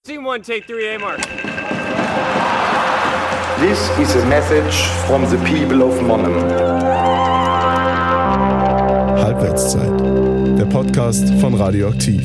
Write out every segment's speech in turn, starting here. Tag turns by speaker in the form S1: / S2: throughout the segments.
S1: Team 1, take 3, A mark.
S2: This is a message from the people of Monum.
S3: Halbwertszeit, der Podcast von Radioaktiv.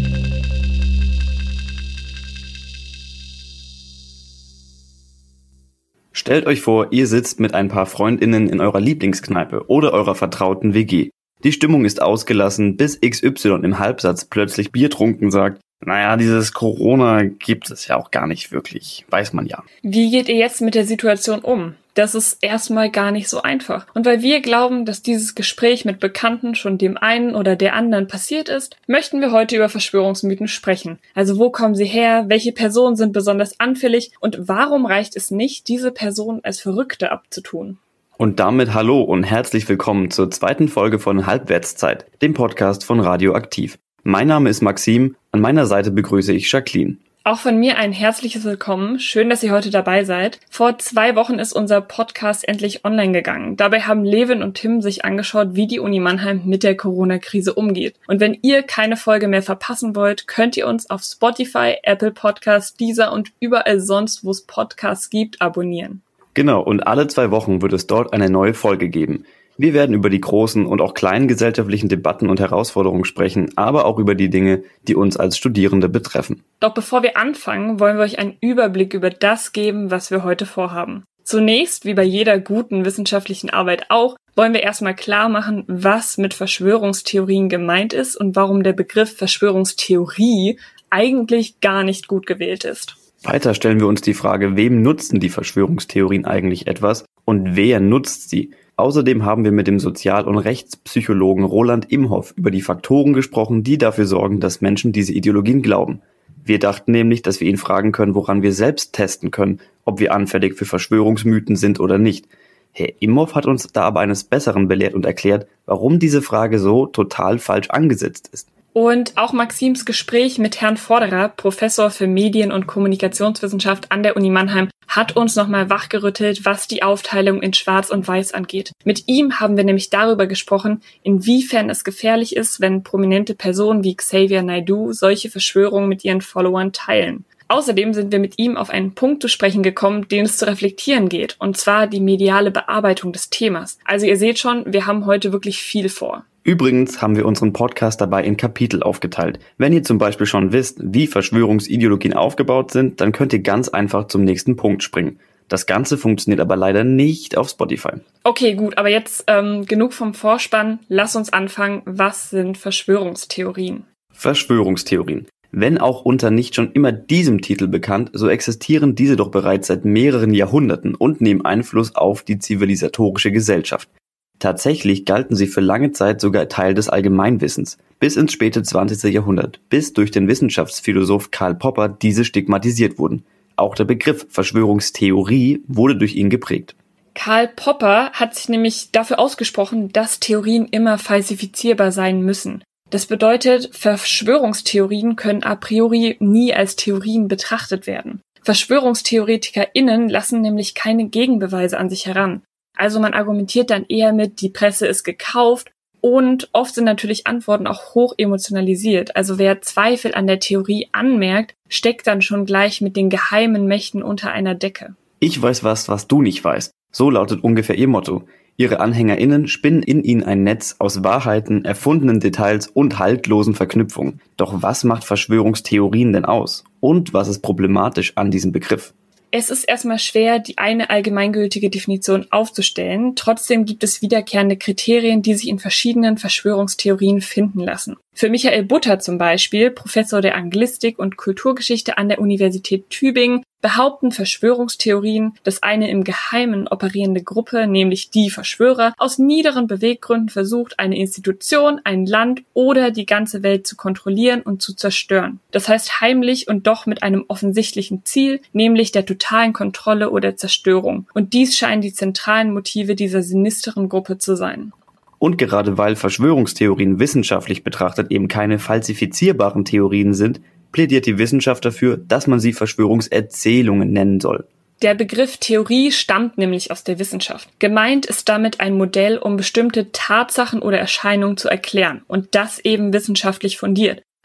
S4: Stellt euch vor, ihr sitzt mit ein paar FreundInnen in eurer Lieblingskneipe oder eurer vertrauten WG. Die Stimmung ist ausgelassen, bis XY im Halbsatz plötzlich biertrunken sagt, naja, dieses Corona gibt es ja auch gar nicht wirklich, weiß man ja.
S5: Wie geht ihr jetzt mit der Situation um? Das ist erstmal gar nicht so einfach. Und weil wir glauben, dass dieses Gespräch mit Bekannten schon dem einen oder der anderen passiert ist, möchten wir heute über Verschwörungsmythen sprechen. Also wo kommen sie her, welche Personen sind besonders anfällig und warum reicht es nicht, diese Personen als Verrückte abzutun?
S4: Und damit hallo und herzlich willkommen zur zweiten Folge von Halbwertszeit, dem Podcast von Radioaktiv. Mein Name ist Maxim, an meiner Seite begrüße ich Jacqueline.
S5: Auch von mir ein herzliches Willkommen. Schön, dass ihr heute dabei seid. Vor 2 Wochen ist unser Podcast endlich online gegangen. Dabei haben Levin und Tim sich angeschaut, wie die Uni Mannheim mit der Corona-Krise umgeht. Und wenn ihr keine Folge mehr verpassen wollt, könnt ihr uns auf Spotify, Apple Podcasts, Deezer und überall sonst, wo es Podcasts gibt, abonnieren.
S4: Genau, und alle 2 Wochen wird es dort eine neue Folge geben. Wir werden über die großen und auch kleinen gesellschaftlichen Debatten und Herausforderungen sprechen, aber auch über die Dinge, die uns als Studierende betreffen.
S5: Doch bevor wir anfangen, wollen wir euch einen Überblick über das geben, was wir heute vorhaben. Zunächst, wie bei jeder guten wissenschaftlichen Arbeit auch, wollen wir erstmal klar machen, was mit Verschwörungstheorien gemeint ist und warum der Begriff Verschwörungstheorie eigentlich gar nicht gut gewählt ist.
S4: Weiter stellen wir uns die Frage, wem nutzen die Verschwörungstheorien eigentlich etwas und wer nutzt sie? Außerdem haben wir mit dem Sozial- und Rechtspsychologen Roland Imhoff über die Faktoren gesprochen, die dafür sorgen, dass Menschen diese Ideologien glauben. Wir dachten nämlich, dass wir ihn fragen können, woran wir selbst testen können, ob wir anfällig für Verschwörungsmythen sind oder nicht. Herr Imhoff hat uns da aber eines Besseren belehrt und erklärt, warum diese Frage so total falsch angesetzt ist.
S5: Und auch Maxims Gespräch mit Herrn Vorderer, Professor für Medien- und Kommunikationswissenschaft an der Uni Mannheim, hat uns nochmal wachgerüttelt, was die Aufteilung in Schwarz und Weiß angeht. Mit ihm haben wir nämlich darüber gesprochen, inwiefern es gefährlich ist, wenn prominente Personen wie Xavier Naidoo solche Verschwörungen mit ihren Followern teilen. Außerdem sind wir mit ihm auf einen Punkt zu sprechen gekommen, den es zu reflektieren geht, und zwar die mediale Bearbeitung des Themas. Also ihr seht schon, wir haben heute wirklich viel vor.
S4: Übrigens haben wir unseren Podcast dabei in Kapitel aufgeteilt. Wenn ihr zum Beispiel schon wisst, wie Verschwörungsideologien aufgebaut sind, dann könnt ihr ganz einfach zum nächsten Punkt springen. Das Ganze funktioniert aber leider nicht auf Spotify.
S5: Okay, gut, aber jetzt genug vom Vorspann. Lass uns anfangen. Was sind Verschwörungstheorien?
S4: Verschwörungstheorien. Wenn auch unter nicht schon immer diesem Titel bekannt, so existieren diese doch bereits seit mehreren Jahrhunderten und nehmen Einfluss auf die zivilisatorische Gesellschaft. Tatsächlich galten sie für lange Zeit sogar Teil des Allgemeinwissens, bis ins späte 20. Jahrhundert, bis durch den Wissenschaftsphilosoph Karl Popper diese stigmatisiert wurden. Auch der Begriff Verschwörungstheorie wurde durch ihn geprägt.
S5: Karl Popper hat sich nämlich dafür ausgesprochen, dass Theorien immer falsifizierbar sein müssen. Das bedeutet, Verschwörungstheorien können a priori nie als Theorien betrachtet werden. VerschwörungstheoretikerInnen lassen nämlich keine Gegenbeweise an sich heran. Also man argumentiert dann eher mit, die Presse ist gekauft, und oft sind natürlich Antworten auch hoch emotionalisiert. Also wer Zweifel an der Theorie anmerkt, steckt dann schon gleich mit den geheimen Mächten unter einer Decke.
S4: Ich weiß was du nicht weißt. So lautet ungefähr ihr Motto. Ihre AnhängerInnen spinnen in ihnen ein Netz aus Wahrheiten, erfundenen Details und haltlosen Verknüpfungen. Doch was macht Verschwörungstheorien denn aus? Und was ist problematisch an diesem Begriff?
S5: Es ist erstmal schwer, die eine allgemeingültige Definition aufzustellen. Trotzdem gibt es wiederkehrende Kriterien, die sich in verschiedenen Verschwörungstheorien finden lassen. Für Michael Butter zum Beispiel, Professor der Anglistik und Kulturgeschichte an der Universität Tübingen, behaupten Verschwörungstheorien, dass eine im Geheimen operierende Gruppe, nämlich die Verschwörer, aus niederen Beweggründen versucht, eine Institution, ein Land oder die ganze Welt zu kontrollieren und zu zerstören. Das heißt heimlich und doch mit einem offensichtlichen Ziel, nämlich der totalen Kontrolle oder Zerstörung. Und dies scheinen die zentralen Motive dieser sinisteren Gruppe zu sein.
S4: Und gerade weil Verschwörungstheorien wissenschaftlich betrachtet eben keine falsifizierbaren Theorien sind, plädiert die Wissenschaft dafür, dass man sie Verschwörungserzählungen nennen soll.
S5: Der Begriff Theorie stammt nämlich aus der Wissenschaft. Gemeint ist damit ein Modell, um bestimmte Tatsachen oder Erscheinungen zu erklären und das eben wissenschaftlich fundiert.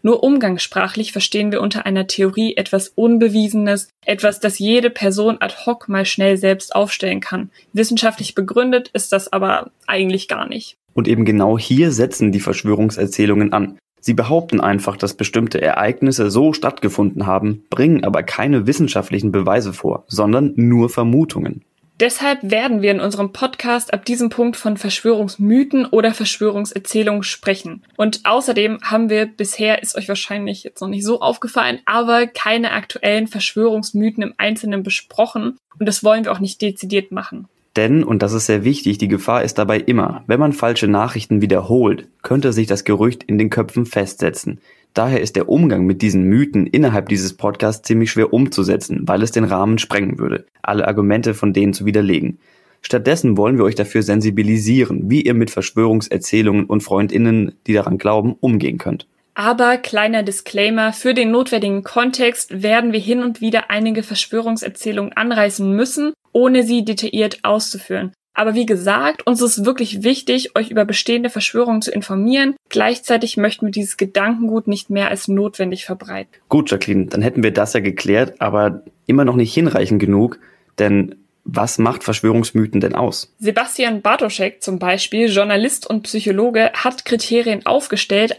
S5: Nur umgangssprachlich verstehen wir unter einer Theorie etwas Unbewiesenes, etwas, das jede Person ad hoc mal schnell selbst aufstellen kann. Wissenschaftlich begründet ist das aber eigentlich gar nicht.
S4: Und eben genau hier setzen die Verschwörungserzählungen an. Sie behaupten einfach, dass bestimmte Ereignisse so stattgefunden haben, bringen aber keine wissenschaftlichen Beweise vor, sondern nur Vermutungen.
S5: Deshalb werden wir in unserem Podcast ab diesem Punkt von Verschwörungsmythen oder Verschwörungserzählungen sprechen. Und außerdem haben wir bisher, ist euch wahrscheinlich jetzt noch nicht so aufgefallen, aber keine aktuellen Verschwörungsmythen im Einzelnen besprochen. Und das wollen wir auch nicht dezidiert machen.
S4: Denn, und das ist sehr wichtig, die Gefahr ist dabei immer, wenn man falsche Nachrichten wiederholt, könnte sich das Gerücht in den Köpfen festsetzen. Daher ist der Umgang mit diesen Mythen innerhalb dieses Podcasts ziemlich schwer umzusetzen, weil es den Rahmen sprengen würde, alle Argumente von denen zu widerlegen. Stattdessen wollen wir euch dafür sensibilisieren, wie ihr mit Verschwörungserzählungen und FreundInnen, die daran glauben, umgehen könnt.
S5: Aber kleiner Disclaimer, für den notwendigen Kontext werden wir hin und wieder einige Verschwörungserzählungen anreißen müssen, ohne sie detailliert auszuführen. Aber wie gesagt, uns ist wirklich wichtig, euch über bestehende Verschwörungen zu informieren. Gleichzeitig möchten wir dieses Gedankengut nicht mehr als notwendig verbreiten.
S4: Gut, Jacqueline, dann hätten wir das ja geklärt, aber immer noch nicht hinreichend genug, denn was macht Verschwörungsmythen denn aus?
S5: Sebastian Bartoschek zum Beispiel, Journalist und Psychologe, hat Kriterien aufgestellt,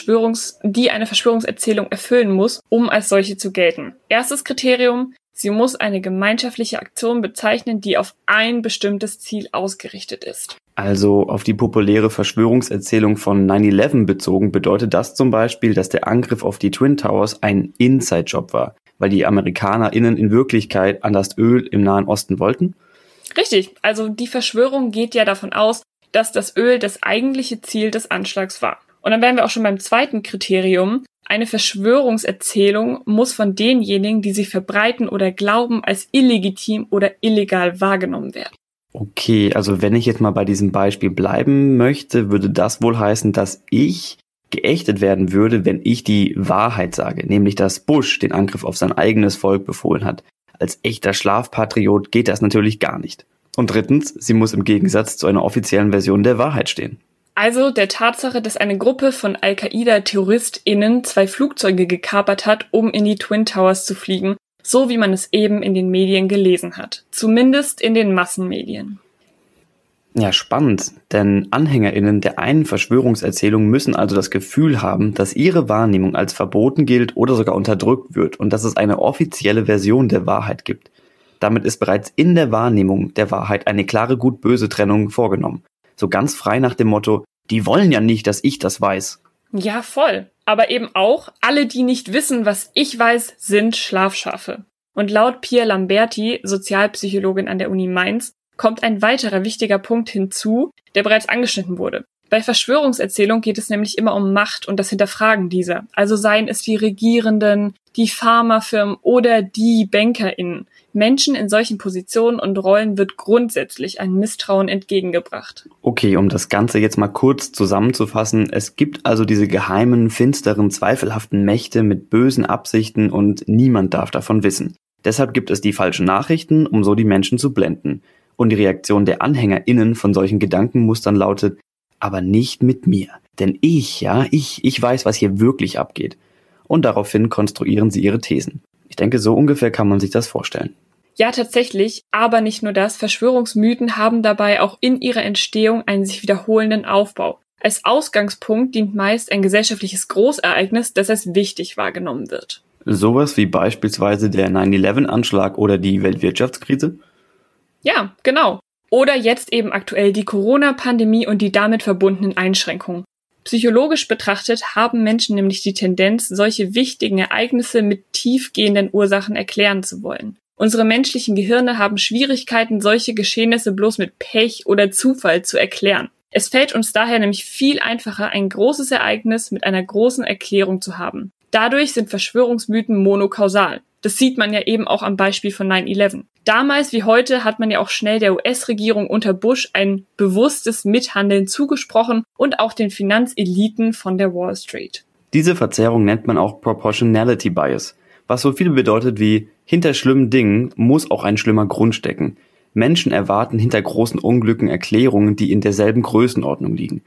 S5: die eine Verschwörungserzählung erfüllen muss, um als solche zu gelten. Erstes Kriterium: Sie muss eine gemeinschaftliche Aktion bezeichnen, die auf ein bestimmtes Ziel ausgerichtet ist.
S4: Also auf die populäre Verschwörungserzählung von 9/11 bezogen bedeutet das zum Beispiel, dass der Angriff auf die Twin Towers ein Inside-Job war, weil die AmerikanerInnen in Wirklichkeit an das Öl im Nahen Osten wollten?
S5: Richtig, also die Verschwörung geht ja davon aus, dass das Öl das eigentliche Ziel des Anschlags war. Und dann wären wir auch schon beim zweiten Kriterium. Eine Verschwörungserzählung muss von denjenigen, die sie verbreiten oder glauben, als illegitim oder illegal wahrgenommen werden.
S4: Okay, also wenn ich jetzt mal bei diesem Beispiel bleiben möchte, würde das wohl heißen, dass ich geächtet werden würde, wenn ich die Wahrheit sage, nämlich dass Bush den Angriff auf sein eigenes Volk befohlen hat. Als echter Schlafpatriot geht das natürlich gar nicht. Und drittens, sie muss im Gegensatz zu einer offiziellen Version der Wahrheit stehen.
S5: Also der Tatsache, dass eine Gruppe von Al-Qaida-TerroristInnen 2 Flugzeuge gekapert hat, um in die Twin Towers zu fliegen, so wie man es eben in den Medien gelesen hat. Zumindest in den Massenmedien.
S4: Ja, spannend, denn AnhängerInnen der einen Verschwörungserzählung müssen also das Gefühl haben, dass ihre Wahrnehmung als verboten gilt oder sogar unterdrückt wird und dass es eine offizielle Version der Wahrheit gibt. Damit ist bereits in der Wahrnehmung der Wahrheit eine klare Gut-Böse Trennung vorgenommen. So ganz frei nach dem Motto, die wollen ja nicht, dass ich das weiß.
S5: Ja, voll. Aber eben auch, alle, die nicht wissen, was ich weiß, sind Schlafschafe. Und laut Pia Lamberti, Sozialpsychologin an der Uni Mainz, kommt ein weiterer wichtiger Punkt hinzu, der bereits angeschnitten wurde. Bei Verschwörungserzählung geht es nämlich immer um Macht und das Hinterfragen dieser. Also seien es die Regierenden, die Pharmafirmen oder die BankerInnen. Menschen in solchen Positionen und Rollen wird grundsätzlich ein Misstrauen entgegengebracht.
S4: Okay, um das Ganze jetzt mal kurz zusammenzufassen, es gibt also diese geheimen, finsteren, zweifelhaften Mächte mit bösen Absichten und niemand darf davon wissen. Deshalb gibt es die falschen Nachrichten, um so die Menschen zu blenden. Und die Reaktion der AnhängerInnen von solchen Gedankenmustern lautet, aber nicht mit mir. Denn ich weiß, was hier wirklich abgeht. Und daraufhin konstruieren sie ihre Thesen. Ich denke, so ungefähr kann man sich das vorstellen.
S5: Ja, tatsächlich, aber nicht nur das. Verschwörungsmythen haben dabei auch in ihrer Entstehung einen sich wiederholenden Aufbau. Als Ausgangspunkt dient meist ein gesellschaftliches Großereignis, das als wichtig wahrgenommen wird.
S4: Sowas wie beispielsweise der 9/11-Anschlag oder die Weltwirtschaftskrise?
S5: Ja, genau. Oder jetzt eben aktuell die Corona-Pandemie und die damit verbundenen Einschränkungen. Psychologisch betrachtet haben Menschen nämlich die Tendenz, solche wichtigen Ereignisse mit tiefgehenden Ursachen erklären zu wollen. Unsere menschlichen Gehirne haben Schwierigkeiten, solche Geschehnisse bloß mit Pech oder Zufall zu erklären. Es fällt uns daher nämlich viel einfacher, ein großes Ereignis mit einer großen Erklärung zu haben. Dadurch sind Verschwörungsmythen monokausal. Das sieht man ja eben auch am Beispiel von 9/11. Damals wie heute hat man ja auch schnell der US-Regierung unter Bush ein bewusstes Mithandeln zugesprochen und auch den Finanzeliten von der Wall Street.
S4: Diese Verzerrung nennt man auch Proportionality Bias, was so viel bedeutet wie, hinter schlimmen Dingen muss auch ein schlimmer Grund stecken. Menschen erwarten hinter großen Unglücken Erklärungen, die in derselben Größenordnung liegen.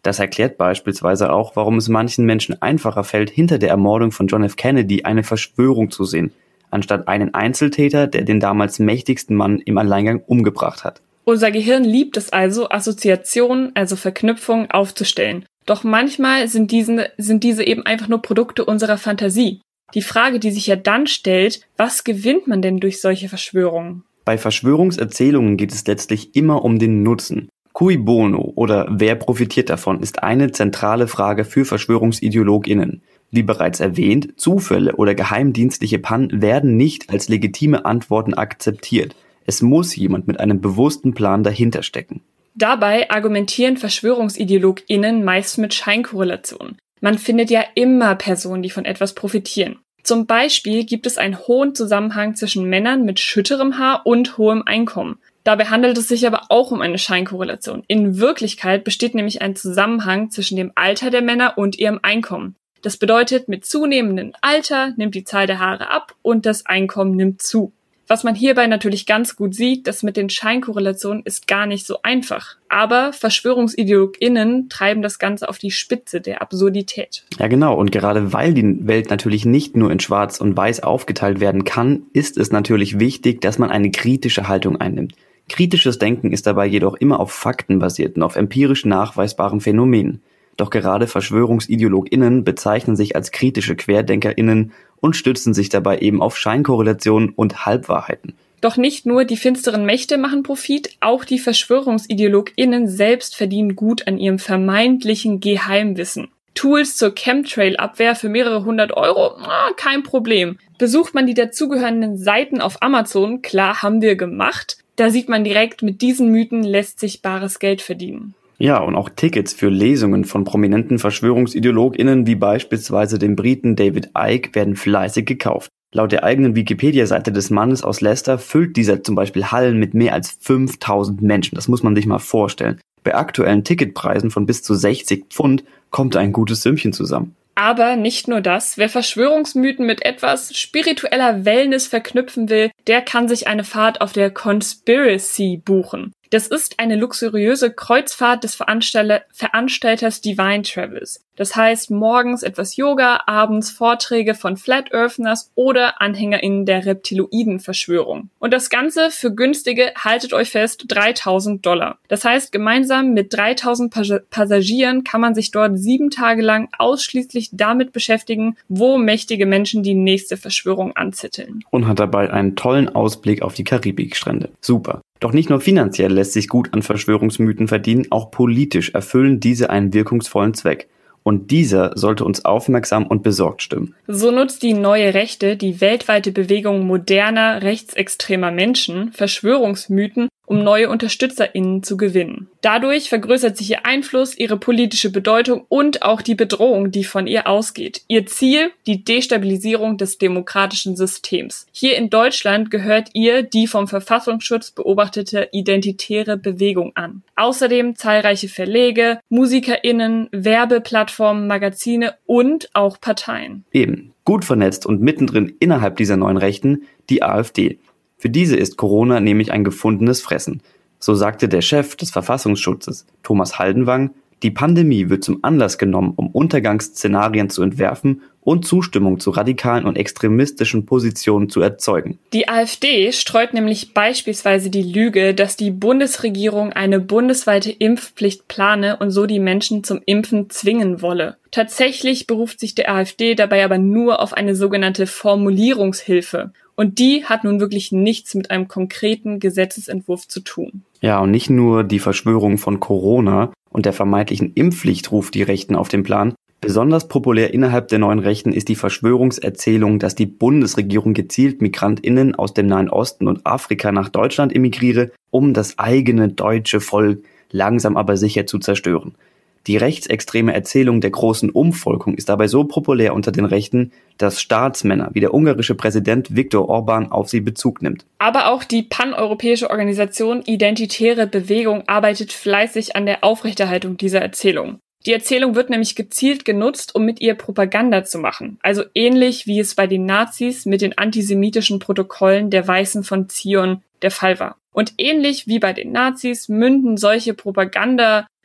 S4: Das erklärt beispielsweise auch, warum es manchen Menschen einfacher fällt, hinter der Ermordung von John F. Kennedy eine Verschwörung zu sehen, anstatt einen Einzeltäter, der den damals mächtigsten Mann im Alleingang umgebracht hat.
S5: Unser Gehirn liebt es also, Assoziationen, also Verknüpfungen, aufzustellen. Doch manchmal sind diese eben einfach nur Produkte unserer Fantasie. Die Frage, die sich ja dann stellt, was gewinnt man denn durch solche Verschwörungen?
S4: Bei Verschwörungserzählungen geht es letztlich immer um den Nutzen. Cui bono oder wer profitiert davon ist eine zentrale Frage für VerschwörungsideologInnen. Wie bereits erwähnt, Zufälle oder geheimdienstliche Pannen werden nicht als legitime Antworten akzeptiert. Es muss jemand mit einem bewussten Plan dahinter stecken.
S5: Dabei argumentieren VerschwörungsideologInnen meist mit Scheinkorrelationen. Man findet ja immer Personen, die von etwas profitieren. Zum Beispiel gibt es einen hohen Zusammenhang zwischen Männern mit schütterem Haar und hohem Einkommen. Dabei handelt es sich aber auch um eine Scheinkorrelation. In Wirklichkeit besteht nämlich ein Zusammenhang zwischen dem Alter der Männer und ihrem Einkommen. Das bedeutet, mit zunehmendem Alter nimmt die Zahl der Haare ab und das Einkommen nimmt zu. Was man hierbei natürlich ganz gut sieht, das mit den Scheinkorrelationen ist gar nicht so einfach. Aber VerschwörungsideologInnen treiben das Ganze auf die Spitze der Absurdität.
S4: Ja genau, und gerade weil die Welt natürlich nicht nur in Schwarz und Weiß aufgeteilt werden kann, ist es natürlich wichtig, dass man eine kritische Haltung einnimmt. Kritisches Denken ist dabei jedoch immer auf Fakten basiert und auf empirisch nachweisbaren Phänomenen. Doch gerade VerschwörungsideologInnen bezeichnen sich als kritische QuerdenkerInnen und stützen sich dabei eben auf Scheinkorrelationen und Halbwahrheiten.
S5: Doch nicht nur die finsteren Mächte machen Profit, auch die VerschwörungsideologInnen selbst verdienen gut an ihrem vermeintlichen Geheimwissen. Tools zur Chemtrail-Abwehr für mehrere 100 €? Kein Problem. Besucht man die dazugehörenden Seiten auf Amazon? Klar, haben wir gemacht. Da sieht man direkt, mit diesen Mythen lässt sich bares Geld verdienen.
S4: Ja, und auch Tickets für Lesungen von prominenten VerschwörungsideologInnen wie beispielsweise dem Briten David Icke werden fleißig gekauft. Laut der eigenen Wikipedia-Seite des Mannes aus Leicester füllt dieser zum Beispiel Hallen mit mehr als 5000 Menschen. Das muss man sich mal vorstellen. Bei aktuellen Ticketpreisen von bis zu 60 Pfund kommt ein gutes Sümmchen zusammen.
S5: Aber nicht nur das. Wer Verschwörungsmythen mit etwas spiritueller Wellness verknüpfen will, der kann sich eine Fahrt auf der Conspiracy buchen. Das ist eine luxuriöse Kreuzfahrt des Veranstalters Divine Travels. Das heißt morgens etwas Yoga, abends Vorträge von Flat Earthners oder AnhängerInnen der Reptiloiden-Verschwörung. Und das Ganze für günstige, haltet euch fest, $3.000. Das heißt, gemeinsam mit 3000 Passagieren kann man sich dort 7 Tage lang ausschließlich damit beschäftigen, wo mächtige Menschen die nächste Verschwörung anzetteln.
S4: Und hat dabei einen tollen Ausblick auf die Karibikstrände. Super. Doch nicht nur finanziell lässt sich gut an Verschwörungsmythen verdienen, auch politisch erfüllen diese einen wirkungsvollen Zweck. Und dieser sollte uns aufmerksam und besorgt stimmen.
S5: So nutzt die Neue Rechte, die weltweite Bewegung moderner, rechtsextremer Menschen, Verschwörungsmythen, um neue UnterstützerInnen zu gewinnen. Dadurch vergrößert sich ihr Einfluss, ihre politische Bedeutung und auch die Bedrohung, die von ihr ausgeht. Ihr Ziel? Die Destabilisierung des demokratischen Systems. Hier in Deutschland gehört ihr die vom Verfassungsschutz beobachtete identitäre Bewegung an. Außerdem zahlreiche Verlege, MusikerInnen, Werbeplattformen, Magazine und auch Parteien.
S4: Eben, gut vernetzt und mittendrin innerhalb dieser neuen Rechten die AfD. Für diese ist Corona nämlich ein gefundenes Fressen. So sagte der Chef des Verfassungsschutzes, Thomas Haldenwang, die Pandemie wird zum Anlass genommen, um Untergangsszenarien zu entwerfen und Zustimmung zu radikalen und extremistischen Positionen zu erzeugen.
S5: Die AfD streut nämlich beispielsweise die Lüge, dass die Bundesregierung eine bundesweite Impfpflicht plane und so die Menschen zum Impfen zwingen wolle. Tatsächlich beruft sich der AfD dabei aber nur auf eine sogenannte Formulierungshilfe. Und die hat nun wirklich nichts mit einem konkreten Gesetzesentwurf zu tun.
S4: Ja, und nicht nur die Verschwörung von Corona und der vermeintlichen Impfpflicht ruft die Rechten auf den Plan. Besonders populär innerhalb der neuen Rechten ist die Verschwörungserzählung, dass die Bundesregierung gezielt MigrantInnen aus dem Nahen Osten und Afrika nach Deutschland emigriere, um das eigene deutsche Volk langsam aber sicher zu zerstören. Die rechtsextreme Erzählung der großen Umvolkung ist dabei so populär unter den Rechten, dass Staatsmänner wie der ungarische Präsident Viktor Orbán auf sie Bezug nimmt.
S5: Aber auch die paneuropäische Organisation Identitäre Bewegung arbeitet fleißig an der Aufrechterhaltung dieser Erzählung. Die Erzählung wird nämlich gezielt genutzt, um mit ihr Propaganda zu machen. Also ähnlich wie es bei den Nazis mit den antisemitischen Protokollen der Weißen von Zion der Fall war. Und ähnlich wie bei den Nazis münden solche Propaganda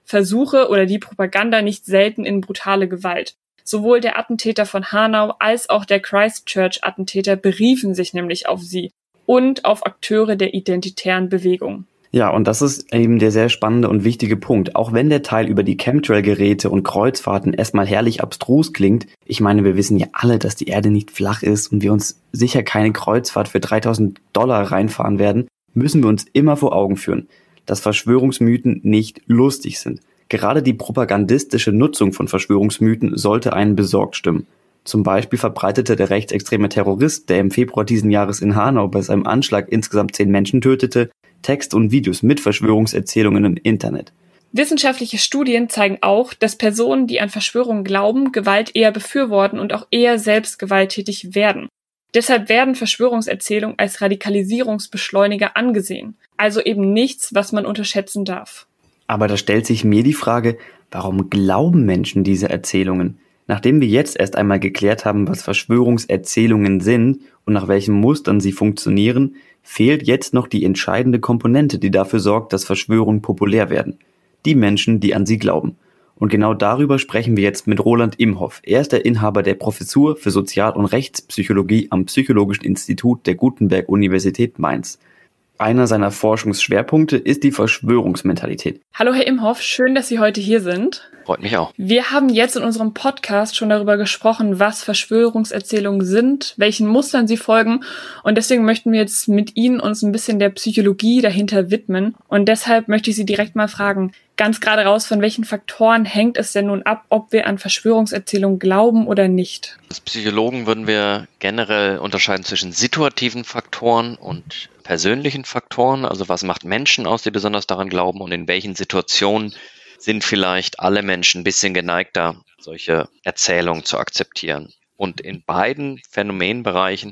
S5: Versuche oder die Propaganda nicht selten in brutale Gewalt. Sowohl der Attentäter von Hanau als auch der Christchurch-Attentäter beriefen sich nämlich auf sie und auf Akteure der identitären Bewegung.
S4: Ja, und das ist eben der sehr spannende und wichtige Punkt. Auch wenn der Teil über die Chemtrail-Geräte und Kreuzfahrten erstmal herrlich abstrus klingt, ich meine, wir wissen ja alle, dass die Erde nicht flach ist und wir uns sicher keine Kreuzfahrt für $3.000 reinfahren werden, müssen wir uns immer vor Augen führen, dass Verschwörungsmythen nicht lustig sind. Gerade die propagandistische Nutzung von Verschwörungsmythen sollte einen besorgt stimmen. Zum Beispiel verbreitete der rechtsextreme Terrorist, der im Februar diesen Jahres in Hanau bei seinem Anschlag insgesamt 10 Menschen tötete, Text und Videos mit Verschwörungserzählungen im Internet.
S5: Wissenschaftliche Studien zeigen auch, dass Personen, die an Verschwörungen glauben, Gewalt eher befürworten und auch eher selbst gewalttätig werden. Deshalb werden Verschwörungserzählungen als Radikalisierungsbeschleuniger angesehen. Also eben nichts, was man unterschätzen darf.
S4: Aber da stellt sich mir die Frage, warum glauben Menschen diese Erzählungen? Nachdem wir jetzt erst einmal geklärt haben, was Verschwörungserzählungen sind und nach welchen Mustern sie funktionieren, fehlt jetzt noch die entscheidende Komponente, die dafür sorgt, dass Verschwörungen populär werden. Die Menschen, die an sie glauben. Und genau darüber sprechen wir jetzt mit Roland Imhoff. Er ist der Inhaber der Professur für Sozial- und Rechtspsychologie am Psychologischen Institut der Gutenberg-Universität Mainz. Einer seiner Forschungsschwerpunkte ist die Verschwörungsmentalität.
S5: Hallo Herr Imhoff, schön, dass Sie heute hier sind.
S1: Freut mich auch.
S5: Wir haben jetzt in unserem Podcast schon darüber gesprochen, was Verschwörungserzählungen sind, welchen Mustern sie folgen. Und deswegen möchten wir jetzt mit Ihnen uns ein bisschen der Psychologie dahinter widmen. Und deshalb möchte ich Sie direkt mal fragen, ganz gerade raus, von welchen Faktoren hängt es denn nun ab, ob wir an Verschwörungserzählungen glauben oder nicht?
S1: Als Psychologen würden wir generell unterscheiden zwischen situativen Faktoren und persönlichen Faktoren. Also was macht Menschen aus, die besonders daran glauben, und in welchen Situationen sind vielleicht alle Menschen ein bisschen geneigter, solche Erzählungen zu akzeptieren. Und in beiden Phänomenbereichen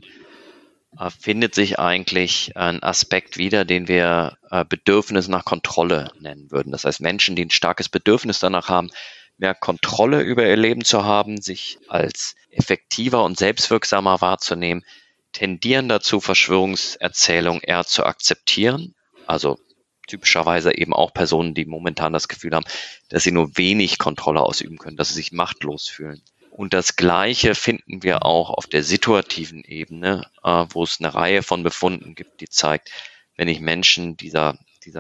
S1: findet sich eigentlich ein Aspekt wieder, den wir Bedürfnis nach Kontrolle nennen würden. Das heißt, Menschen, die ein starkes Bedürfnis danach haben, mehr Kontrolle über ihr Leben zu haben, sich als effektiver und selbstwirksamer wahrzunehmen, tendieren dazu, Verschwörungserzählungen eher zu akzeptieren. Also typischerweise eben auch Personen, die momentan das Gefühl haben, dass sie nur wenig Kontrolle ausüben können, dass sie sich machtlos fühlen. Und das Gleiche finden wir auch auf der situativen Ebene, wo es eine Reihe von Befunden gibt, die zeigt, wenn ich Menschen dieser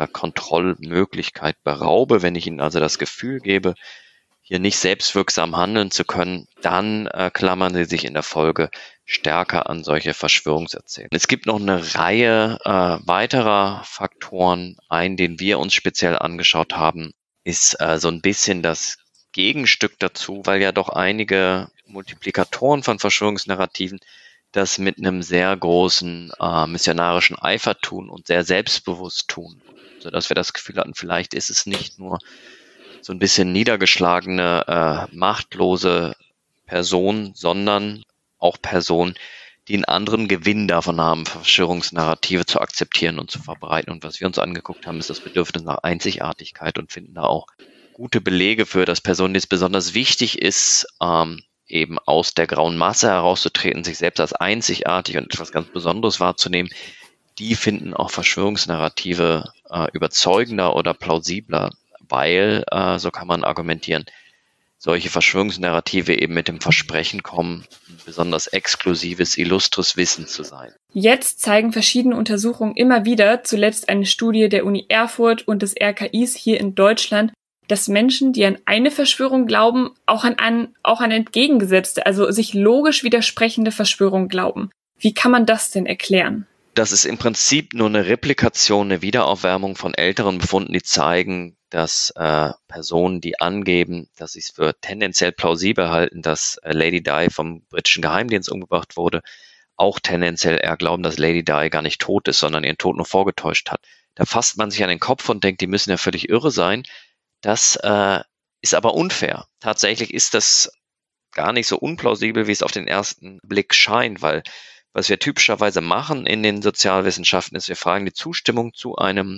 S1: Kontrollmöglichkeit beraube, wenn ich ihnen also das Gefühl gebe, hier nicht selbstwirksam handeln zu können, dann klammern sie sich in der Folge stärker an solche Verschwörungserzählungen. Es gibt noch eine Reihe weiterer Faktoren. Einen, den wir uns speziell angeschaut haben, ist so ein bisschen das Gegenstück dazu, weil ja doch einige Multiplikatoren von Verschwörungsnarrativen das mit einem sehr großen missionarischen Eifer tun und sehr selbstbewusst tun, sodass wir das Gefühl hatten, vielleicht ist es nicht nur so ein bisschen niedergeschlagene, machtlose Person, sondern auch Personen, die einen anderen Gewinn davon haben, Verschwörungsnarrative zu akzeptieren und zu verbreiten. Und was wir uns angeguckt haben, ist das Bedürfnis nach Einzigartigkeit und finden da auch gute Belege für, dass Personen, die es besonders wichtig ist, eben aus der grauen Masse herauszutreten, sich selbst als einzigartig und etwas ganz Besonderes wahrzunehmen, die finden auch Verschwörungsnarrative überzeugender oder plausibler, weil, so kann man argumentieren, solche Verschwörungsnarrative eben mit dem Versprechen kommen, ein besonders exklusives, illustres Wissen zu sein.
S5: Jetzt zeigen verschiedene Untersuchungen immer wieder, zuletzt eine Studie der Uni Erfurt und des RKIs hier in Deutschland, dass Menschen, die an eine Verschwörung glauben, auch an entgegengesetzte, also sich logisch widersprechende Verschwörungen glauben. Wie kann man das denn erklären?
S1: Das ist im Prinzip nur eine Replikation, eine Wiederaufwärmung von älteren Befunden, die zeigen, dass Personen, die angeben, dass sie es für tendenziell plausibel halten, dass Lady Di vom britischen Geheimdienst umgebracht wurde, auch tendenziell eher glauben, dass Lady Di gar nicht tot ist, sondern ihren Tod nur vorgetäuscht hat. Da fasst man sich an den Kopf und denkt, die müssen ja völlig irre sein. Das ist aber unfair. Tatsächlich ist das gar nicht so unplausibel, wie es auf den ersten Blick scheint, weil was wir typischerweise machen in den Sozialwissenschaften ist, wir fragen die Zustimmung zu einer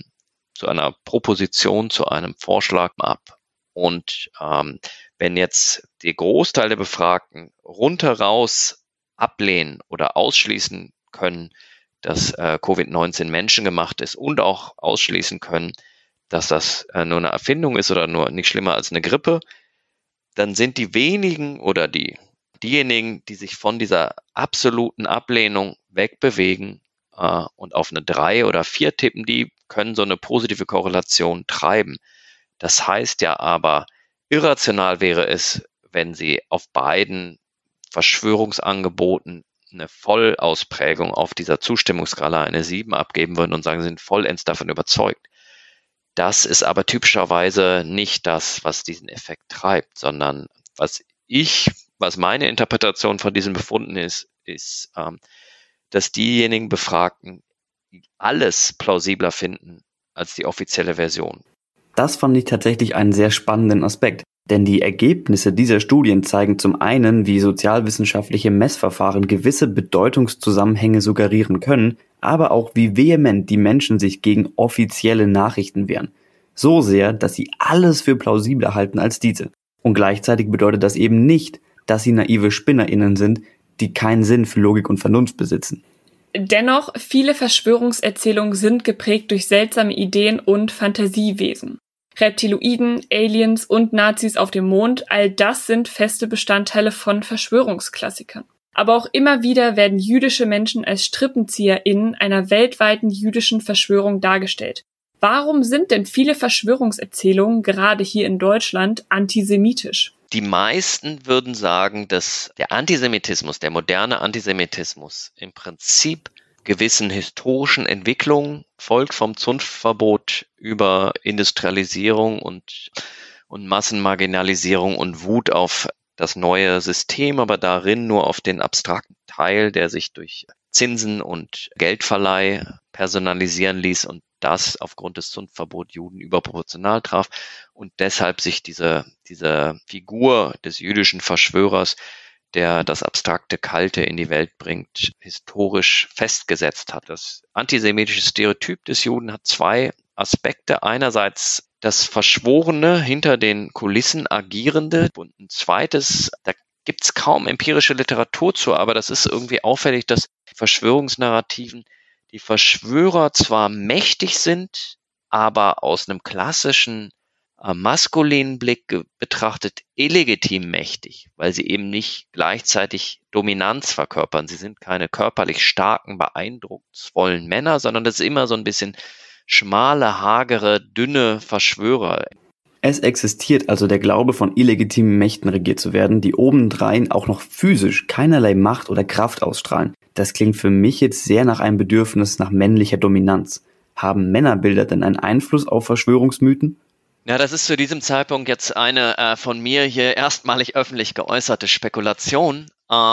S1: Proposition, zu einem Vorschlag ab. Und wenn jetzt der Großteil der Befragten rundheraus ablehnen oder ausschließen können, dass Covid-19 menschengemacht ist und auch ausschließen können, dass das nur eine Erfindung ist oder nur nicht schlimmer als eine Grippe, dann sind die wenigen oder diejenigen, die sich von dieser absoluten Ablehnung wegbewegen und auf eine 3 oder 4 tippen, die können so eine positive Korrelation treiben. Das heißt ja aber, irrational wäre es, wenn sie auf beiden Verschwörungsangeboten eine Vollausprägung auf dieser Zustimmungsskala eine 7 abgeben würden und sagen, sie sind vollends davon überzeugt. Das ist aber typischerweise nicht das, was diesen Effekt treibt, sondern was meine Interpretation von diesen Befunden ist, dass diejenigen Befragten alles plausibler finden als die offizielle Version.
S4: Das fand ich tatsächlich einen sehr spannenden Aspekt, denn die Ergebnisse dieser Studien zeigen zum einen, wie sozialwissenschaftliche Messverfahren gewisse Bedeutungszusammenhänge suggerieren können, aber auch wie vehement die Menschen sich gegen offizielle Nachrichten wehren. So sehr, dass sie alles für plausibler halten als diese. Und gleichzeitig bedeutet das eben nicht, dass sie naive SpinnerInnen sind, die keinen Sinn für Logik und Vernunft besitzen.
S5: Dennoch, viele Verschwörungserzählungen sind geprägt durch seltsame Ideen und Fantasiewesen. Reptiloiden, Aliens und Nazis auf dem Mond, all das sind feste Bestandteile von Verschwörungsklassikern. Aber auch immer wieder werden jüdische Menschen als StrippenzieherInnen einer weltweiten jüdischen Verschwörung dargestellt. Warum sind denn viele Verschwörungserzählungen, gerade hier in Deutschland, antisemitisch?
S1: Die meisten würden sagen, dass der Antisemitismus, der moderne Antisemitismus im Prinzip gewissen historischen Entwicklungen folgt, vom Zunftverbot über Industrialisierung und Massenmarginalisierung und Wut auf das neue System, aber darin nur auf den abstrakten Teil, der sich durch Zinsen und Geldverleih personalisieren ließ und das aufgrund des Zunftverbots Juden überproportional traf und deshalb sich diese Figur des jüdischen Verschwörers, der das abstrakte Kalte in die Welt bringt, historisch festgesetzt hat. Das antisemitische Stereotyp des Juden hat 2 Aspekte. Einerseits das Verschworene, hinter den Kulissen agierende und ein zweites, da gibt es kaum empirische Literatur zu, aber das ist irgendwie auffällig, dass Verschwörungsnarrativen die Verschwörer zwar mächtig sind, aber aus einem klassischen maskulinen Blick betrachtet illegitim mächtig, weil sie eben nicht gleichzeitig Dominanz verkörpern. Sie sind keine körperlich starken, beeindrucksvollen Männer, sondern das ist immer so ein bisschen schmale, hagere, dünne Verschwörer.
S4: Es existiert also der Glaube, von illegitimen Mächten regiert zu werden, die obendrein auch noch physisch keinerlei Macht oder Kraft ausstrahlen. Das klingt für mich jetzt sehr nach einem Bedürfnis nach männlicher Dominanz. Haben Männerbilder denn einen Einfluss auf Verschwörungsmythen?
S1: Ja, das ist zu diesem Zeitpunkt jetzt eine von mir hier erstmalig öffentlich geäußerte Spekulation,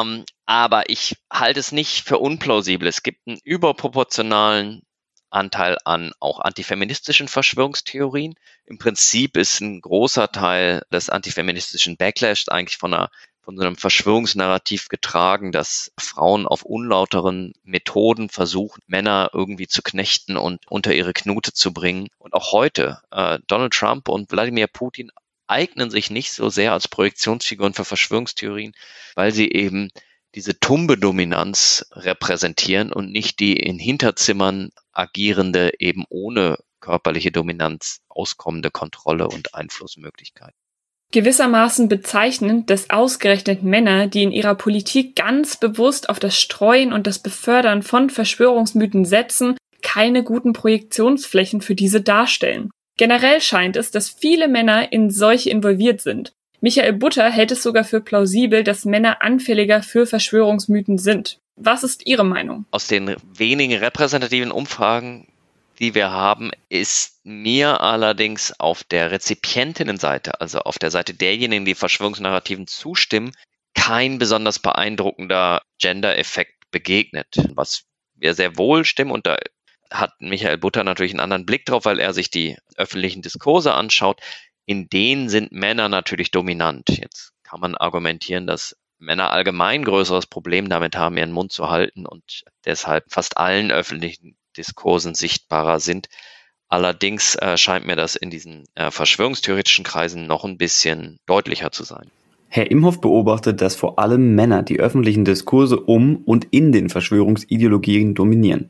S1: aber ich halte es nicht für unplausibel. Es gibt einen überproportionalen Anteil an auch antifeministischen Verschwörungstheorien. Im Prinzip ist ein großer Teil des antifeministischen Backlash eigentlich von so einem Verschwörungsnarrativ getragen, dass Frauen auf unlauteren Methoden versuchen, Männer irgendwie zu knechten und unter ihre Knute zu bringen. Und auch heute, Donald Trump und Wladimir Putin eignen sich nicht so sehr als Projektionsfiguren für Verschwörungstheorien, weil sie eben diese tumbe Dominanz repräsentieren und nicht die in Hinterzimmern agierende, eben ohne körperliche Dominanz auskommende Kontrolle und Einflussmöglichkeit.
S5: Gewissermaßen bezeichnend, dass ausgerechnet Männer, die in ihrer Politik ganz bewusst auf das Streuen und das Befördern von Verschwörungsmythen setzen, keine guten Projektionsflächen für diese darstellen. Generell scheint es, dass viele Männer in solche involviert sind. Michael Butter hält es sogar für plausibel, dass Männer anfälliger für Verschwörungsmythen sind. Was ist Ihre Meinung?
S1: Aus den wenigen repräsentativen Umfragen, die wir haben, ist mir allerdings auf der Rezipientinnenseite, also auf der Seite derjenigen, die Verschwörungsnarrativen zustimmen, kein besonders beeindruckender Gender-Effekt begegnet. Was wir sehr wohl stimmen, und da hat Michael Butter natürlich einen anderen Blick drauf, weil er sich die öffentlichen Diskurse anschaut. In denen sind Männer natürlich dominant. Jetzt kann man argumentieren, dass Männer allgemein ein größeres Problem damit haben, ihren Mund zu halten und deshalb fast allen öffentlichen Diskursen sichtbarer sind. Allerdings scheint mir das in diesen verschwörungstheoretischen Kreisen noch ein bisschen deutlicher zu sein.
S4: Herr Imhoff beobachtet, dass vor allem Männer die öffentlichen Diskurse um und in den Verschwörungsideologien dominieren.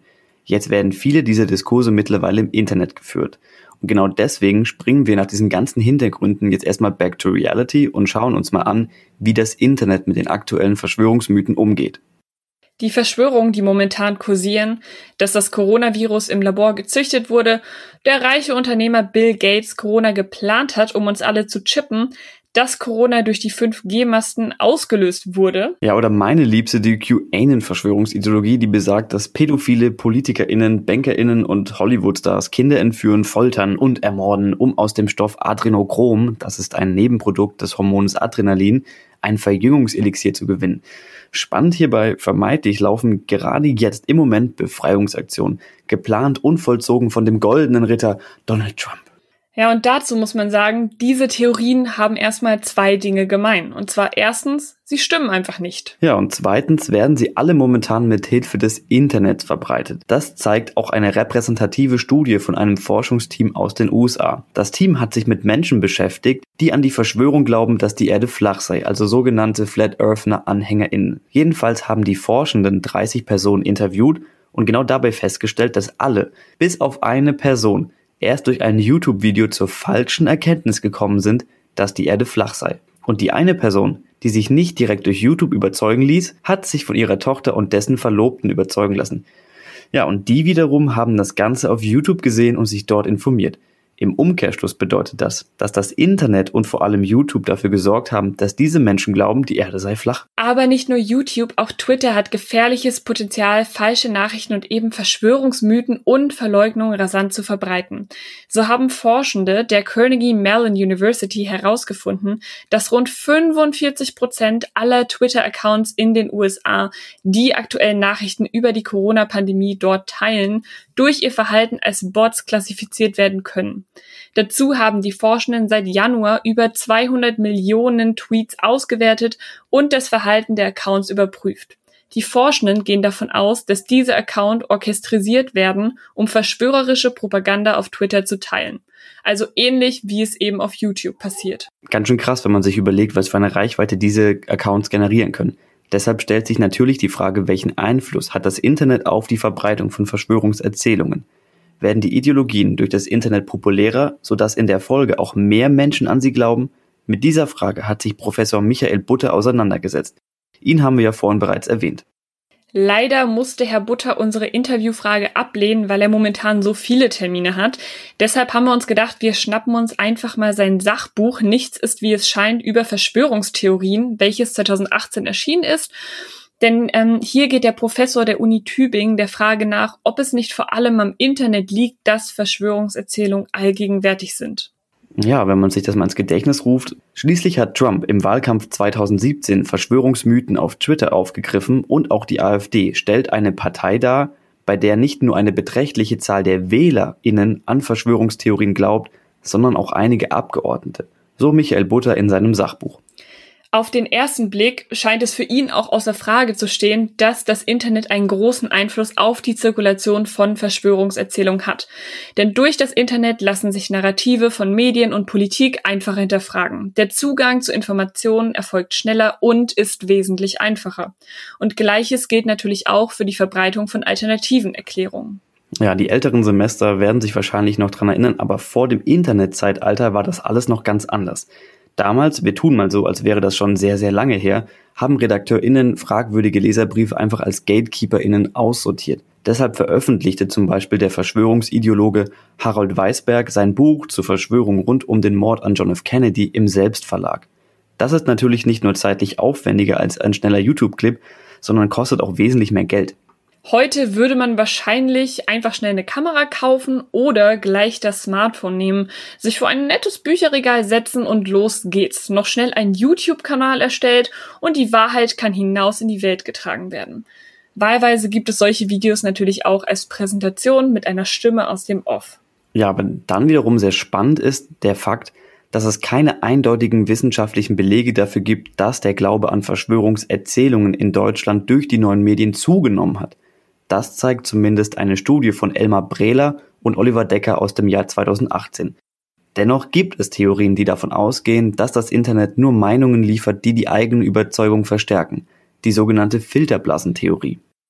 S4: Jetzt werden viele dieser Diskurse mittlerweile im Internet geführt. Und genau deswegen springen wir nach diesen ganzen Hintergründen jetzt erstmal back to reality und schauen uns mal an, wie das Internet mit den aktuellen Verschwörungsmythen umgeht.
S5: Die Verschwörungen, die momentan kursieren, dass das Coronavirus im Labor gezüchtet wurde, der reiche Unternehmer Bill Gates Corona geplant hat, um uns alle zu chippen, dass Corona durch die 5G-Masten ausgelöst wurde.
S4: Ja, oder meine liebste, die QAnon-Verschwörungsideologie, die besagt, dass pädophile PolitikerInnen, BankerInnen und Hollywood-Stars Kinder entführen, foltern und ermorden, um aus dem Stoff Adrenochrom, das ist ein Nebenprodukt des Hormons Adrenalin, ein Verjüngungselixier zu gewinnen. Spannend hierbei, vermeintlich laufen gerade jetzt im Moment Befreiungsaktionen, geplant und vollzogen von dem goldenen Ritter Donald Trump.
S5: Ja, und dazu muss man sagen, diese Theorien haben erstmal 2 Dinge gemein. Und zwar erstens, sie stimmen einfach nicht.
S4: Ja, und zweitens werden sie alle momentan mit Hilfe des Internets verbreitet. Das zeigt auch eine repräsentative Studie von einem Forschungsteam aus den USA. Das Team hat sich mit Menschen beschäftigt, die an die Verschwörung glauben, dass die Erde flach sei, also sogenannte Flat Earthner-AnhängerInnen. Jedenfalls haben die Forschenden 30 Personen interviewt und genau dabei festgestellt, dass alle, bis auf eine Person, erst durch ein YouTube-Video zur falschen Erkenntnis gekommen sind, dass die Erde flach sei. Und die eine Person, die sich nicht direkt durch YouTube überzeugen ließ, hat sich von ihrer Tochter und dessen Verlobten überzeugen lassen. Ja, und die wiederum haben das Ganze auf YouTube gesehen und sich dort informiert. Im Umkehrschluss bedeutet das, dass das Internet und vor allem YouTube dafür gesorgt haben, dass diese Menschen glauben, die Erde sei flach.
S5: Aber nicht nur YouTube, auch Twitter hat gefährliches Potenzial, falsche Nachrichten und eben Verschwörungsmythen und Verleugnungen rasant zu verbreiten. So haben Forschende der Carnegie Mellon University herausgefunden, dass rund 45% aller Twitter-Accounts in den USA die aktuellen Nachrichten über die Corona-Pandemie dort teilen, durch ihr Verhalten als Bots klassifiziert werden können. Dazu haben die Forschenden seit Januar über 200 Millionen Tweets ausgewertet und das Verhalten der Accounts überprüft. Die Forschenden gehen davon aus, dass diese Accounts orchestrisiert werden, um verschwörerische Propaganda auf Twitter zu teilen. Also ähnlich, wie es eben auf YouTube passiert.
S4: Ganz schön krass, wenn man sich überlegt, was für eine Reichweite diese Accounts generieren können. Deshalb stellt sich natürlich die Frage, welchen Einfluss hat das Internet auf die Verbreitung von Verschwörungserzählungen? Werden die Ideologien durch das Internet populärer, sodass in der Folge auch mehr Menschen an sie glauben? Mit dieser Frage hat sich Professor Michael Butter auseinandergesetzt. Ihn haben wir ja vorhin bereits erwähnt.
S5: Leider musste Herr Butter unsere Interviewfrage ablehnen, weil er momentan so viele Termine hat. Deshalb haben wir uns gedacht, wir schnappen uns einfach mal sein Sachbuch Nichts ist wie es scheint über Verschwörungstheorien, welches 2018 erschienen ist. Denn hier geht der Professor der Uni Tübingen der Frage nach, ob es nicht vor allem am Internet liegt, dass Verschwörungserzählungen allgegenwärtig sind.
S4: Ja, wenn man sich das mal ins Gedächtnis ruft. Schließlich hat Trump im Wahlkampf 2017 Verschwörungsmythen auf Twitter aufgegriffen und auch die AfD stellt eine Partei dar, bei der nicht nur eine beträchtliche Zahl der WählerInnen an Verschwörungstheorien glaubt, sondern auch einige Abgeordnete. So Michael Butter in seinem Sachbuch.
S5: Auf den ersten Blick scheint es für ihn auch außer Frage zu stehen, dass das Internet einen großen Einfluss auf die Zirkulation von Verschwörungserzählungen hat. Denn durch das Internet lassen sich Narrative von Medien und Politik einfach hinterfragen. Der Zugang zu Informationen erfolgt schneller und ist wesentlich einfacher. Und Gleiches gilt natürlich auch für die Verbreitung von alternativen Erklärungen.
S4: Ja, die älteren Semester werden sich wahrscheinlich noch dran erinnern, aber vor dem Internetzeitalter war das alles noch ganz anders. Damals, wir tun mal so, als wäre das schon sehr, sehr lange her, haben RedakteurInnen fragwürdige Leserbriefe einfach als GatekeeperInnen aussortiert. Deshalb veröffentlichte zum Beispiel der Verschwörungsideologe Harold Weisberg sein Buch zur Verschwörung rund um den Mord an John F. Kennedy im Selbstverlag. Das ist natürlich nicht nur zeitlich aufwendiger als ein schneller YouTube-Clip, sondern kostet auch wesentlich mehr Geld.
S5: Heute würde man wahrscheinlich einfach schnell eine Kamera kaufen oder gleich das Smartphone nehmen, sich vor ein nettes Bücherregal setzen und los geht's. Noch schnell einen YouTube-Kanal erstellt und die Wahrheit kann hinaus in die Welt getragen werden. Wahlweise gibt es solche Videos natürlich auch als Präsentation mit einer Stimme aus dem Off.
S4: Ja, aber dann wiederum sehr spannend ist der Fakt, dass es keine eindeutigen wissenschaftlichen Belege dafür gibt, dass der Glaube an Verschwörungserzählungen in Deutschland durch die neuen Medien zugenommen hat. Das zeigt zumindest eine Studie von Elmar Brehler und Oliver Decker aus dem Jahr 2018. Dennoch gibt es Theorien, die davon ausgehen, dass das Internet nur Meinungen liefert, die die eigene Überzeugung verstärken. Die sogenannte Filterblasentheorie.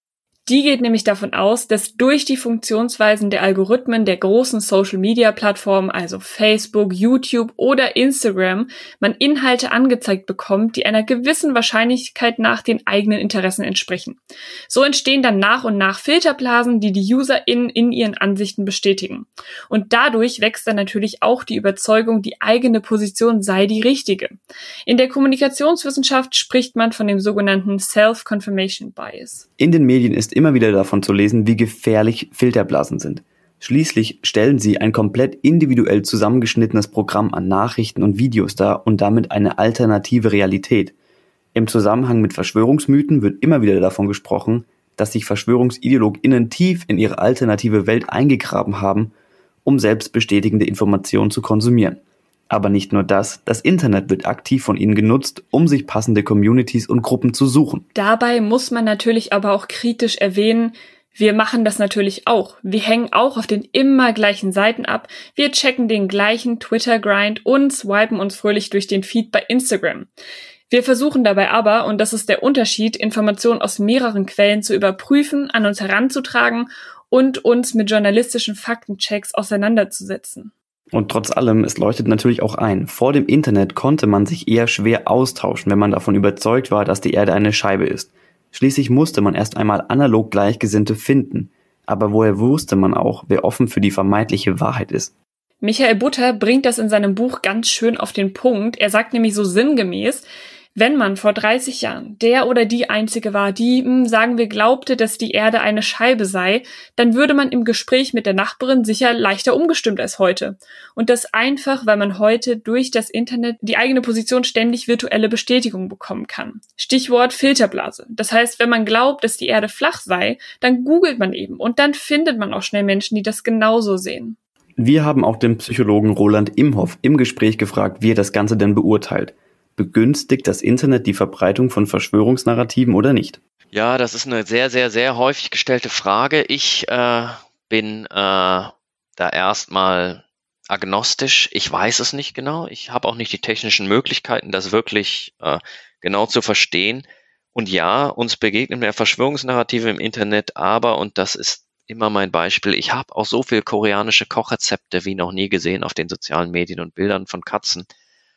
S5: Die geht nämlich davon aus, dass durch die Funktionsweisen der Algorithmen der großen Social-Media-Plattformen, also Facebook, YouTube oder Instagram, man Inhalte angezeigt bekommt, die einer gewissen Wahrscheinlichkeit nach den eigenen Interessen entsprechen. So entstehen dann nach und nach Filterblasen, die die UserInnen in ihren Ansichten bestätigen. Und dadurch wächst dann natürlich auch die Überzeugung, die eigene Position sei die richtige. In der Kommunikationswissenschaft spricht man von dem sogenannten Self-Confirmation Bias.
S4: In den Medien ist immer wieder davon zu lesen, wie gefährlich Filterblasen sind. Schließlich stellen sie ein komplett individuell zusammengeschnittenes Programm an Nachrichten und Videos dar und damit eine alternative Realität. Im Zusammenhang mit Verschwörungsmythen wird immer wieder davon gesprochen, dass sich VerschwörungsideologInnen tief in ihre alternative Welt eingegraben haben, um selbstbestätigende Informationen zu konsumieren. Aber nicht nur das Internet wird aktiv von ihnen genutzt, um sich passende Communities und Gruppen zu suchen.
S5: Dabei muss man natürlich aber auch kritisch erwähnen, wir machen das natürlich auch. Wir hängen auch auf den immer gleichen Seiten ab, wir checken den gleichen Twitter-Grind und swipen uns fröhlich durch den Feed bei Instagram. Wir versuchen dabei aber, und das ist der Unterschied, Informationen aus mehreren Quellen zu überprüfen, an uns heranzutragen und uns mit journalistischen Faktenchecks auseinanderzusetzen.
S4: Und trotz allem, es leuchtet natürlich auch ein, vor dem Internet konnte man sich eher schwer austauschen, wenn man davon überzeugt war, dass die Erde eine Scheibe ist. Schließlich musste man erst einmal analog Gleichgesinnte finden. Aber woher wusste man auch, wer offen für die vermeintliche Wahrheit ist?
S5: Michael Butter bringt das in seinem Buch ganz schön auf den Punkt. Er sagt nämlich so sinngemäß, wenn man vor 30 Jahren der oder die Einzige war, die, sagen wir, glaubte, dass die Erde eine Scheibe sei, dann würde man im Gespräch mit der Nachbarin sicher leichter umgestimmt als heute. Und das einfach, weil man heute durch das Internet die eigene Position ständig virtuelle Bestätigung bekommen kann. Stichwort Filterblase. Das heißt, wenn man glaubt, dass die Erde flach sei, dann googelt man eben und dann findet man auch schnell Menschen, die das genauso sehen.
S4: Wir haben auch den Psychologen Roland Imhoff im Gespräch gefragt, wie er das Ganze denn beurteilt. Begünstigt das Internet die Verbreitung von Verschwörungsnarrativen oder nicht?
S1: Ja, das ist eine sehr, sehr, sehr häufig gestellte Frage. Ich bin da erstmal agnostisch. Ich weiß es nicht genau. Ich habe auch nicht die technischen Möglichkeiten, das wirklich genau zu verstehen. Und ja, uns begegnen mehr Verschwörungsnarrative im Internet, aber, und das ist immer mein Beispiel, ich habe auch so viel koreanische Kochrezepte wie noch nie gesehen auf den sozialen Medien und Bildern von Katzen.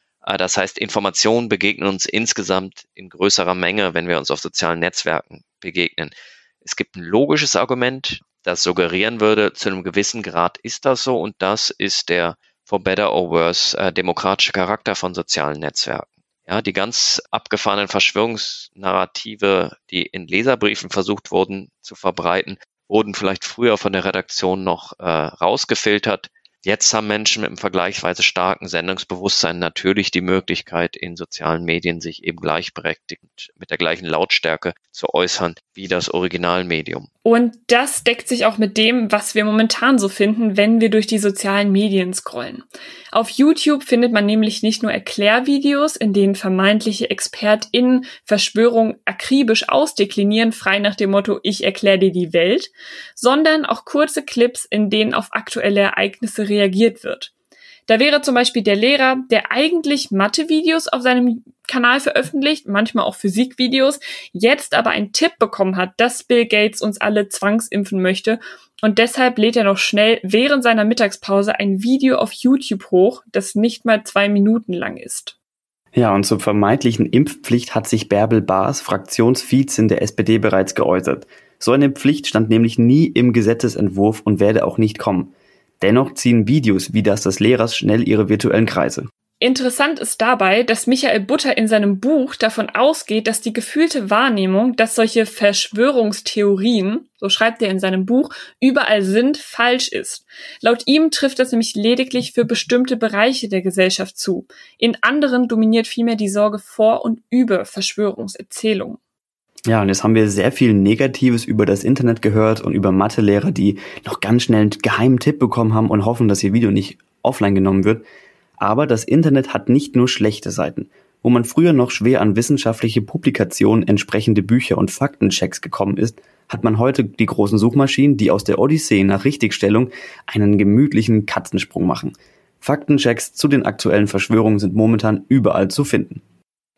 S1: Das heißt, Informationen begegnen uns insgesamt in größerer Menge, wenn wir uns auf sozialen Netzwerken begegnen. Es gibt ein logisches Argument, das suggerieren würde, zu einem gewissen Grad ist das so, und das ist der for better or worse demokratische Charakter von sozialen Netzwerken. Ja, die ganz abgefahrenen Verschwörungsnarrative, die in Leserbriefen versucht wurden zu verbreiten, wurden vielleicht früher von der Redaktion noch rausgefiltert. Jetzt haben Menschen mit einem vergleichsweise starken Sendungsbewusstsein natürlich die Möglichkeit, in sozialen Medien sich eben gleichberechtigt mit der gleichen Lautstärke zu äußern wie das Originalmedium.
S5: Und das deckt sich auch mit dem, was wir momentan so finden, wenn wir durch die sozialen Medien scrollen. Auf YouTube findet man nämlich nicht nur Erklärvideos, in denen vermeintliche ExpertInnen Verschwörungen akribisch ausdeklinieren, frei nach dem Motto, ich erkläre dir die Welt, sondern auch kurze Clips, in denen auf aktuelle Ereignisse reagiert wird. Da wäre zum Beispiel der Lehrer, der eigentlich Mathe-Videos auf seinem Kanal veröffentlicht, manchmal auch Physikvideos, jetzt aber einen Tipp bekommen hat, dass Bill Gates uns alle zwangsimpfen möchte, und deshalb lädt er noch schnell während seiner Mittagspause ein Video auf YouTube hoch, das nicht mal 2 Minuten lang ist.
S4: Ja, und zur vermeintlichen Impfpflicht hat sich Bärbel Baas, Fraktionsvizin der SPD, bereits geäußert. So eine Pflicht stand nämlich nie im Gesetzesentwurf und werde auch nicht kommen. Dennoch ziehen Videos wie das des Lehrers schnell ihre virtuellen Kreise.
S5: Interessant ist dabei, dass Michael Butter in seinem Buch davon ausgeht, dass die gefühlte Wahrnehmung, dass solche Verschwörungstheorien, so schreibt er in seinem Buch, überall sind, falsch ist. Laut ihm trifft das nämlich lediglich für bestimmte Bereiche der Gesellschaft zu. In anderen dominiert vielmehr die Sorge vor und über Verschwörungserzählungen.
S4: Ja, und jetzt haben wir sehr viel Negatives über das Internet gehört und über Mathelehrer, die noch ganz schnell einen geheimen Tipp bekommen haben und hoffen, dass ihr Video nicht offline genommen wird. Aber das Internet hat nicht nur schlechte Seiten. Wo man früher noch schwer an wissenschaftliche Publikationen, entsprechende Bücher und Faktenchecks gekommen ist, hat man heute die großen Suchmaschinen, die aus der Odyssee nach Richtigstellung einen gemütlichen Katzensprung machen. Faktenchecks zu den aktuellen Verschwörungen sind momentan überall zu finden.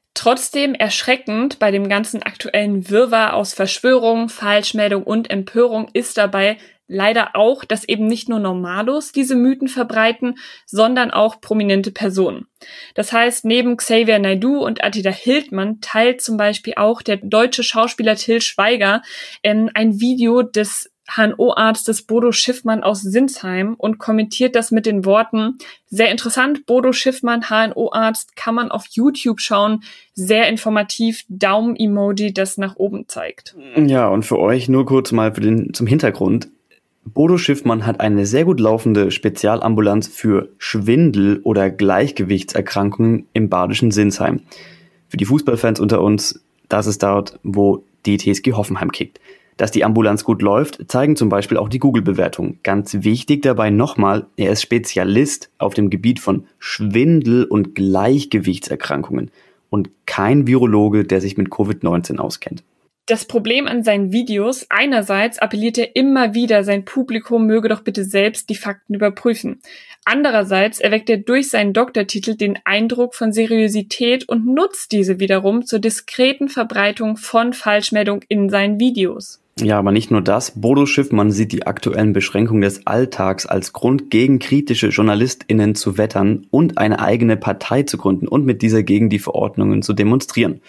S5: Trotzdem erschreckend bei dem ganzen aktuellen Wirrwarr aus Verschwörung, Falschmeldung und Empörung ist dabei leider auch, dass eben nicht nur Normalos diese Mythen verbreiten, sondern auch prominente Personen. Das heißt, neben Xavier Naidoo und Attila Hildmann teilt zum Beispiel auch der deutsche Schauspieler Til Schweiger ein Video des HNO-Arztes Bodo Schiffmann aus Sinsheim und kommentiert das mit den Worten: Sehr interessant, Bodo Schiffmann, HNO-Arzt, kann man auf YouTube schauen, sehr informativ, Daumen-Emoji, das nach oben zeigt.
S4: Ja, und für euch nur kurz mal zum Hintergrund. Bodo Schiffmann hat eine sehr gut laufende Spezialambulanz für Schwindel- oder Gleichgewichtserkrankungen im badischen Sinsheim. Für die Fußballfans unter uns, das ist dort, wo die TSG Hoffenheim kickt. Dass die Ambulanz gut läuft, zeigen zum Beispiel auch die Google-Bewertungen. Ganz wichtig dabei nochmal, er ist Spezialist auf dem Gebiet von Schwindel- und Gleichgewichtserkrankungen und kein Virologe, der sich mit Covid-19 auskennt.
S5: Das Problem an seinen Videos: einerseits appelliert er immer wieder, sein Publikum möge doch bitte selbst die Fakten überprüfen. Andererseits erweckt er durch seinen Doktortitel den Eindruck von Seriosität und nutzt diese wiederum zur diskreten Verbreitung von Falschmeldungen in seinen Videos.
S4: Ja, aber nicht nur das. Bodo Schiffmann sieht die aktuellen Beschränkungen des Alltags als Grund, gegen kritische JournalistInnen zu wettern und eine eigene Partei zu gründen und mit dieser gegen die Verordnungen zu demonstrieren.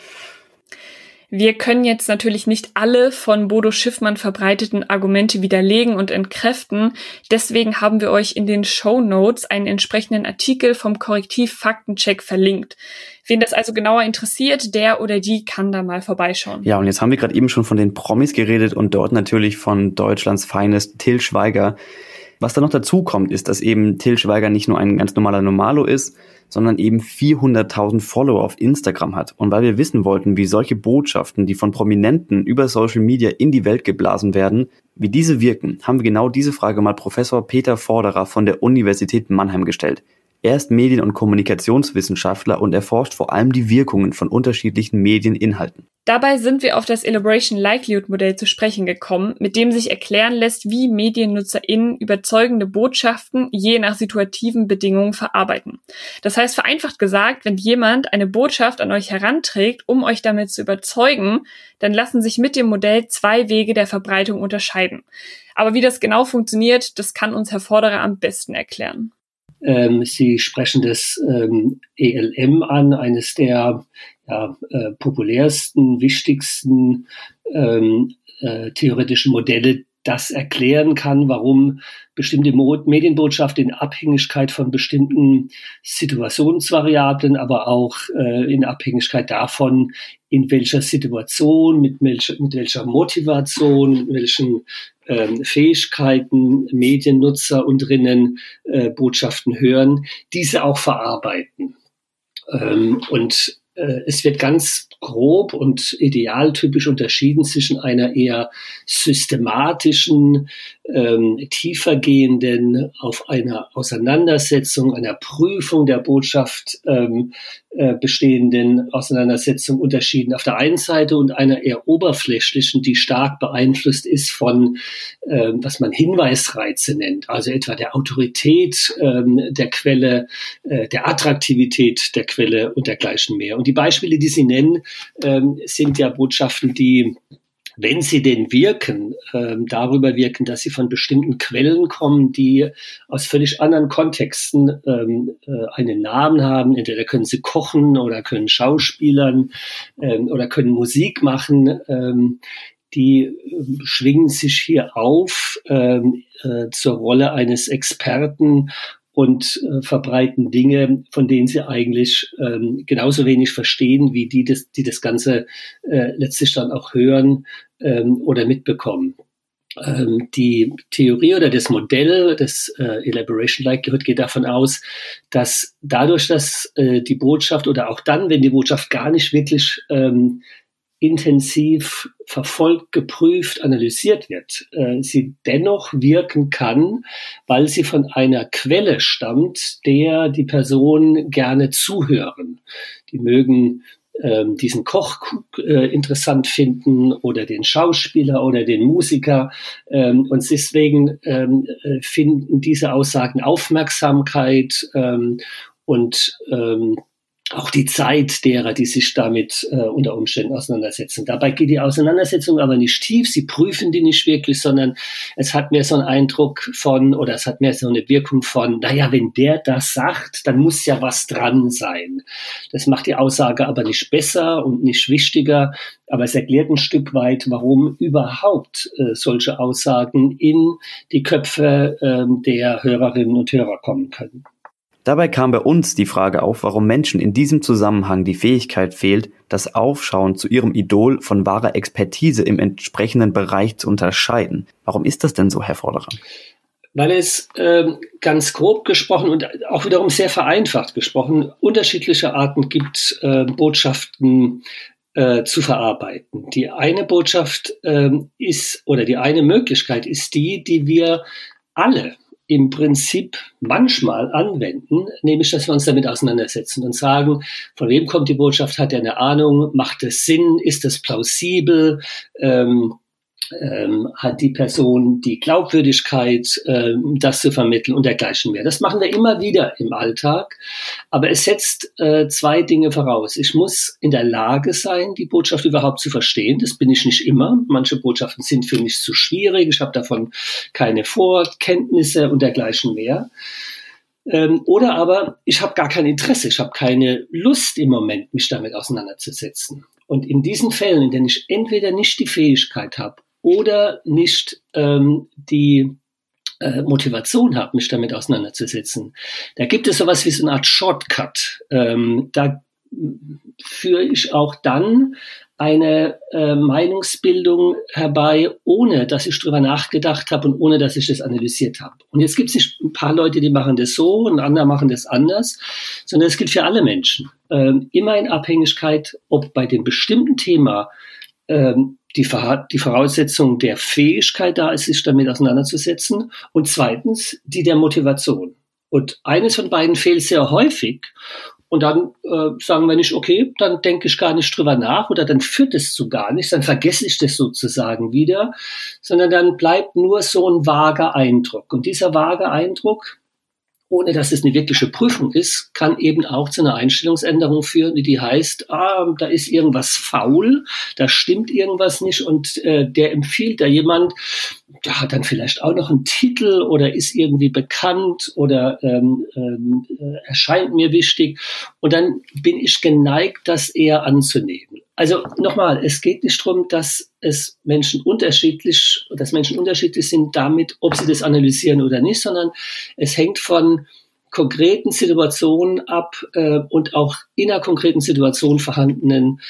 S5: Wir können jetzt natürlich nicht alle von Bodo Schiffmann verbreiteten Argumente widerlegen und entkräften. Deswegen haben wir euch in den Shownotes einen entsprechenden Artikel vom Korrektiv Faktencheck verlinkt. Wen das also genauer interessiert, der oder die kann da mal vorbeischauen.
S4: Ja, und jetzt haben wir gerade eben schon von den Promis geredet und dort natürlich von Deutschlands Finest Til Schweiger. Was da noch dazu kommt, ist, dass eben Til Schweiger nicht nur ein ganz normaler Normalo ist, sondern eben 400.000 Follower auf Instagram hat. Und weil wir wissen wollten, wie solche Botschaften, die von Prominenten über Social Media in die Welt geblasen werden, wie diese wirken, haben wir genau diese Frage mal Professor Peter Vorderer von der Universität Mannheim gestellt. Er ist Medien- und Kommunikationswissenschaftler und erforscht vor allem die Wirkungen von unterschiedlichen Medieninhalten.
S5: Dabei sind wir auf das Elaboration Likelihood Modell zu sprechen gekommen, mit dem sich erklären lässt, wie MediennutzerInnen überzeugende Botschaften je nach situativen Bedingungen verarbeiten. Das heißt, vereinfacht gesagt, wenn jemand eine Botschaft an euch heranträgt, um euch damit zu überzeugen, dann lassen sich mit dem Modell 2 Wege der Verbreitung unterscheiden. Aber wie das genau funktioniert, das kann uns Herr Vorderer am besten erklären.
S6: Sie sprechen das ELM an, eines der populärsten, wichtigsten theoretischen Modelle, das erklären kann, warum bestimmte Medienbotschaften in Abhängigkeit von bestimmten Situationsvariablen, aber auch in Abhängigkeit davon, in welcher Situation, mit welcher Motivation, mit welchen Fähigkeiten Mediennutzer und Rinnen Botschaften hören, diese auch verarbeiten. Und es wird ganz grob und idealtypisch unterschieden zwischen einer eher systematischen, tiefergehenden, auf einer Auseinandersetzung, einer Prüfung der Botschaft bestehenden Auseinandersetzung unterschieden auf der einen Seite und einer eher oberflächlichen, die stark beeinflusst ist von, was man Hinweisreize nennt, also etwa der Autorität der Quelle, der Attraktivität der Quelle und dergleichen mehr. Und die Beispiele, die Sie nennen, sind ja Botschaften, die, wenn sie denn wirken, darüber wirken, dass sie von bestimmten Quellen kommen, die aus völlig anderen Kontexten einen Namen haben. Entweder können sie kochen oder können schauspielern oder können Musik machen. Die schwingen sich hier auf zur Rolle eines Experten und verbreiten Dinge, von denen sie eigentlich genauso wenig verstehen, wie die das Ganze letztlich dann auch hören oder mitbekommen. Die Theorie oder das Modell des Elaboration Likelihood geht davon aus, dass dadurch, dass die Botschaft oder auch dann, wenn die Botschaft gar nicht wirklich intensiv verfolgt, geprüft, analysiert wird, sie dennoch wirken kann, weil sie von einer Quelle stammt, der die Personen gerne zuhören. Die mögen diesen Koch interessant finden oder den Schauspieler oder den Musiker und deswegen finden diese Aussagen Aufmerksamkeit und auch die Zeit derer, die sich damit unter Umständen auseinandersetzen. Dabei geht die Auseinandersetzung aber nicht tief, sie prüfen die nicht wirklich, sondern es hat mehr so einen Eindruck von, oder es hat mehr so eine Wirkung von, naja, wenn der das sagt, dann muss ja was dran sein. Das macht die Aussage aber nicht besser und nicht wichtiger, aber es erklärt ein Stück weit, warum überhaupt solche Aussagen in die Köpfe der Hörerinnen und Hörer kommen können.
S4: Dabei kam bei uns die Frage auf, warum Menschen in diesem Zusammenhang die Fähigkeit fehlt, das Aufschauen zu ihrem Idol von wahrer Expertise im entsprechenden Bereich zu unterscheiden. Warum ist das denn so, Herr Forderer?
S6: Weil es ganz grob gesprochen und auch wiederum sehr vereinfacht gesprochen unterschiedliche Arten gibt, Botschaften zu verarbeiten. Die eine Botschaft ist, oder die eine Möglichkeit ist die wir alle im Prinzip manchmal anwenden, nämlich, dass wir uns damit auseinandersetzen und sagen, von wem kommt die Botschaft, hat er eine Ahnung, macht es Sinn, ist es plausibel, hat die Person die Glaubwürdigkeit, das zu vermitteln und dergleichen mehr. Das machen wir immer wieder im Alltag, aber es setzt zwei Dinge voraus. Ich muss in der Lage sein, die Botschaft überhaupt zu verstehen. Das bin ich nicht immer. Manche Botschaften sind für mich zu schwierig. Ich habe davon keine Vorkenntnisse und dergleichen mehr. Oder aber ich habe gar kein Interesse, ich habe keine Lust im Moment, mich damit auseinanderzusetzen. Und in diesen Fällen, in denen ich entweder nicht die Fähigkeit habe oder nicht die Motivation habe, mich damit auseinanderzusetzen, da gibt es sowas wie so eine Art Shortcut. Da führe ich auch dann eine Meinungsbildung herbei, ohne dass ich drüber nachgedacht habe und ohne dass ich das analysiert habe. Und jetzt gibt es nicht ein paar Leute, die machen das so und andere machen das anders, sondern es gilt für alle Menschen. Immer in Abhängigkeit, ob bei dem bestimmten Thema die Voraussetzung der Fähigkeit da ist, sich damit auseinanderzusetzen, und zweitens die der Motivation. Und eines von beiden fehlt sehr häufig. Und dann sagen wir nicht, okay, dann denke ich gar nicht drüber nach oder dann führt es zu gar nichts, dann vergesse ich das sozusagen wieder, sondern dann bleibt nur so ein vager Eindruck. Und dieser vage Eindruck, ohne dass es eine wirkliche Prüfung ist, kann eben auch zu einer Einstellungsänderung führen, die heißt, da ist irgendwas faul, da stimmt irgendwas nicht und der empfiehlt da jemand, der hat dann vielleicht auch noch einen Titel oder ist irgendwie bekannt oder erscheint mir wichtig und dann bin ich geneigt, das eher anzunehmen. Also nochmal, es geht nicht darum, dass Menschen unterschiedlich sind damit, ob sie das analysieren oder nicht, sondern es hängt von konkreten Situationen ab und auch in einer konkreten Situation vorhandenen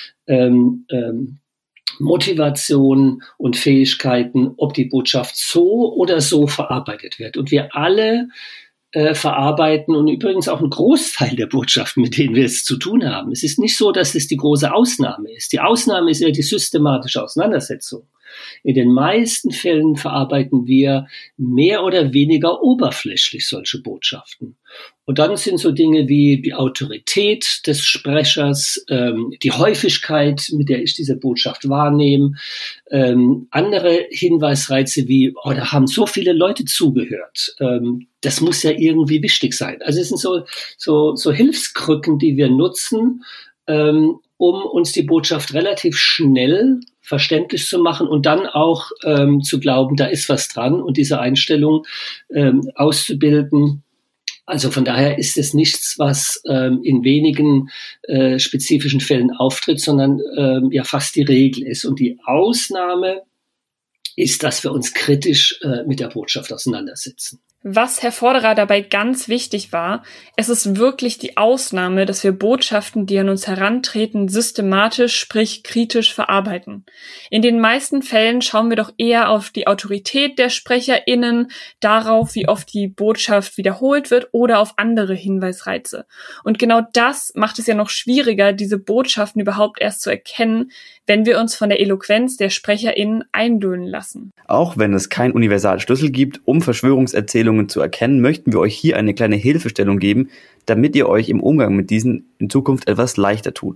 S6: Motivation und Fähigkeiten, ob die Botschaft so oder so verarbeitet wird. Und wir alle verarbeiten und übrigens auch ein Großteil der Botschaften, mit denen wir es zu tun haben. Es ist nicht so, dass es die große Ausnahme ist. Die Ausnahme ist eher die systematische Auseinandersetzung. In den meisten Fällen verarbeiten wir mehr oder weniger oberflächlich solche Botschaften. Und dann sind so Dinge wie die Autorität des Sprechers, die Häufigkeit, mit der ich diese Botschaft wahrnehme, andere Hinweisreize wie, da haben so viele Leute zugehört. Das muss ja irgendwie wichtig sein. Also es sind so Hilfskrücken, die wir nutzen, um uns die Botschaft relativ schnell verständlich zu machen und dann auch zu glauben, da ist was dran und diese Einstellung auszubilden. Also von daher ist es nichts, was in wenigen spezifischen Fällen auftritt, sondern ja fast die Regel ist. Und die Ausnahme ist, dass wir uns kritisch mit der Botschaft auseinandersetzen.
S5: Was Herr Forderer dabei ganz wichtig war, es ist wirklich die Ausnahme, dass wir Botschaften, die an uns herantreten, systematisch, sprich kritisch verarbeiten. In den meisten Fällen schauen wir doch eher auf die Autorität der SprecherInnen, darauf, wie oft die Botschaft wiederholt wird oder auf andere Hinweisreize. Und genau das macht es ja noch schwieriger, diese Botschaften überhaupt erst zu erkennen, wenn wir uns von der Eloquenz der SprecherInnen einlullen lassen.
S4: Auch wenn es keinen Universalschlüssel gibt, um Verschwörungserzählungen zu erkennen, möchten wir euch hier eine kleine Hilfestellung geben, damit ihr euch im Umgang mit diesen in Zukunft etwas leichter tut.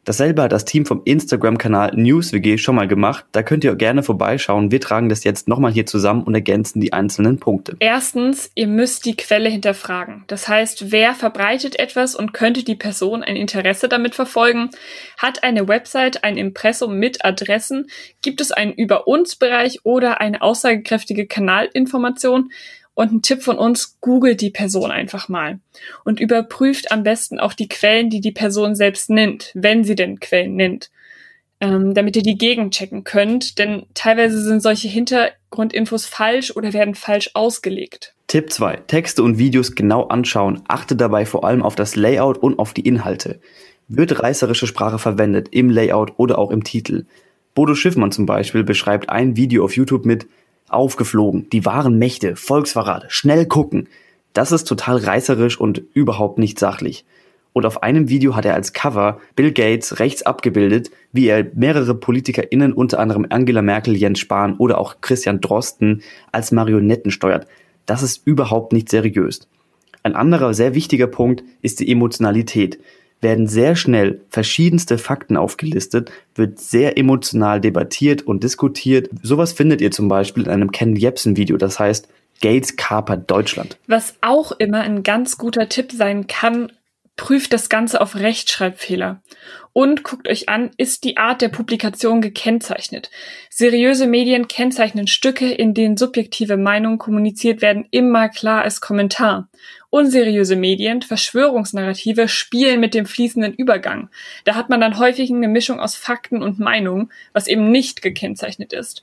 S4: Dasselbe hat das Team vom Instagram-Kanal NewsWG schon mal gemacht. Da könnt ihr gerne vorbeischauen. Wir tragen das jetzt nochmal hier zusammen und ergänzen die einzelnen Punkte.
S5: Erstens, ihr müsst die Quelle hinterfragen. Das heißt, wer verbreitet etwas und könnte die Person ein Interesse damit verfolgen? Hat eine Website ein Impressum mit Adressen? Gibt es einen Über-uns-Bereich oder eine aussagekräftige Kanalinformation? Und ein Tipp von uns, googelt die Person einfach mal und überprüft am besten auch die Quellen, die die Person selbst nennt, wenn sie denn Quellen nennt, damit ihr die gegenchecken könnt, denn teilweise sind solche Hintergrundinfos falsch oder werden falsch ausgelegt.
S4: Tipp 2. Texte und Videos genau anschauen. Achte dabei vor allem auf das Layout und auf die Inhalte. Wird reißerische Sprache verwendet im Layout oder auch im Titel? Bodo Schiffmann zum Beispiel beschreibt ein Video auf YouTube mit aufgeflogen, die wahren Mächte, Volksverrat, schnell gucken. Das ist total reißerisch und überhaupt nicht sachlich. Und auf einem Video hat er als Cover Bill Gates rechts abgebildet, wie er mehrere PolitikerInnen, unter anderem Angela Merkel, Jens Spahn oder auch Christian Drosten, als Marionetten steuert. Das ist überhaupt nicht seriös. Ein anderer sehr wichtiger Punkt ist die Emotionalität. Werden sehr schnell verschiedenste Fakten aufgelistet, wird sehr emotional debattiert und diskutiert. Sowas findet ihr zum Beispiel in einem Ken Jebsen-Video, das heißt Gates kapert Deutschland.
S5: Was auch immer ein ganz guter Tipp sein kann, prüft das Ganze auf Rechtschreibfehler. Und guckt euch an, ist die Art der Publikation gekennzeichnet? Seriöse Medien kennzeichnen Stücke, in denen subjektive Meinungen kommuniziert werden, immer klar als Kommentar. Unseriöse Medien, Verschwörungsnarrative spielen mit dem fließenden Übergang. Da hat man dann häufig eine Mischung aus Fakten und Meinungen, was eben nicht gekennzeichnet ist.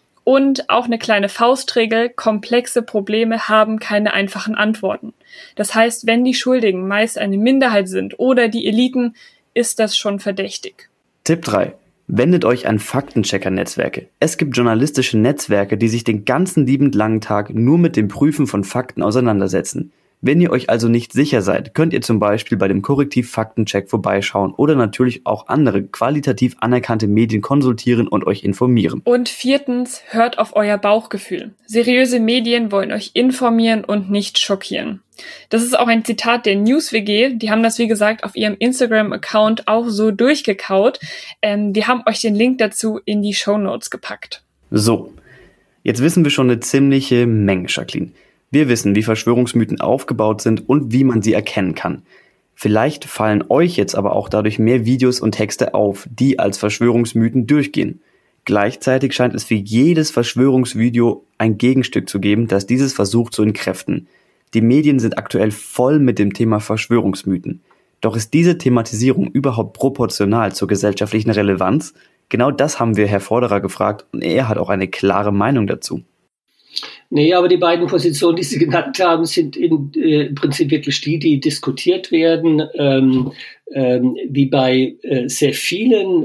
S5: Und auch eine kleine Faustregel, komplexe Probleme haben keine einfachen Antworten. Das heißt, wenn die Schuldigen meist eine Minderheit sind oder die Eliten, ist das schon verdächtig.
S4: Tipp 3. Wendet euch an Faktenchecker-Netzwerke. Es gibt journalistische Netzwerke, die sich den ganzen liebend langen Tag nur mit dem Prüfen von Fakten auseinandersetzen. Wenn ihr euch also nicht sicher seid, könnt ihr zum Beispiel bei dem Korrektiv-Faktencheck vorbeischauen oder natürlich auch andere qualitativ anerkannte Medien konsultieren und euch informieren.
S5: Und 4. hört auf euer Bauchgefühl. Seriöse Medien wollen euch informieren und nicht schockieren. Das ist auch ein Zitat der NewsWG. Die haben das, wie gesagt, auf ihrem Instagram-Account auch so durchgekaut. Wir haben euch den Link dazu in die Shownotes gepackt.
S4: So, jetzt wissen wir schon eine ziemliche Menge, Jacqueline. Wir wissen, wie Verschwörungsmythen aufgebaut sind und wie man sie erkennen kann. Vielleicht fallen euch jetzt aber auch dadurch mehr Videos und Texte auf, die als Verschwörungsmythen durchgehen. Gleichzeitig scheint es für jedes Verschwörungsvideo ein Gegenstück zu geben, das dieses versucht zu entkräften. Die Medien sind aktuell voll mit dem Thema Verschwörungsmythen. Doch ist diese Thematisierung überhaupt proportional zur gesellschaftlichen Relevanz? Genau das haben wir Herr Vorderer gefragt und er hat auch eine klare Meinung dazu.
S6: Nee, aber die beiden Positionen, die Sie genannt haben, sind im Prinzip wirklich die diskutiert werden, wie bei sehr vielen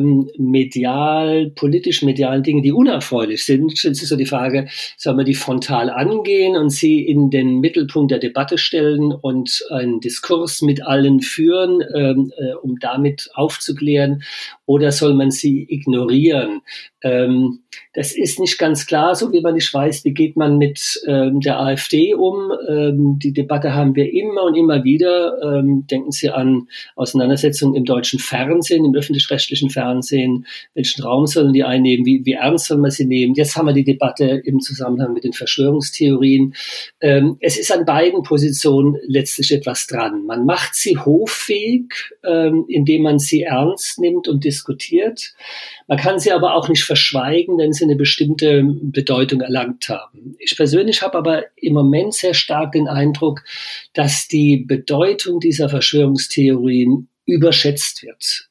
S6: politisch-medialen Dingen, die unerfreulich sind. Es ist so die Frage, soll man die frontal angehen und sie in den Mittelpunkt der Debatte stellen und einen Diskurs mit allen führen, um damit aufzuklären, oder soll man sie ignorieren? Das ist nicht ganz klar, so wie man nicht weiß, wie geht man mit der AfD um. Die Debatte haben wir immer und immer wieder. Denken Sie an Auseinandersetzungen im deutschen Fernsehen, im öffentlich-rechtlichen Fernsehen. Welchen Raum sollen die einnehmen? Wie ernst soll man sie nehmen? Jetzt haben wir die Debatte im Zusammenhang mit den Verschwörungstheorien. Es ist an beiden Positionen letztlich etwas dran. Man macht sie hoffähig, indem man sie ernst nimmt und diskutiert. Man kann sie aber auch nicht verschweigen, wenn sie eine bestimmte Bedeutung erlangt haben. Ich persönlich habe aber im Moment sehr stark den Eindruck, dass die Bedeutung dieser Verschwörungstheorien überschätzt wird.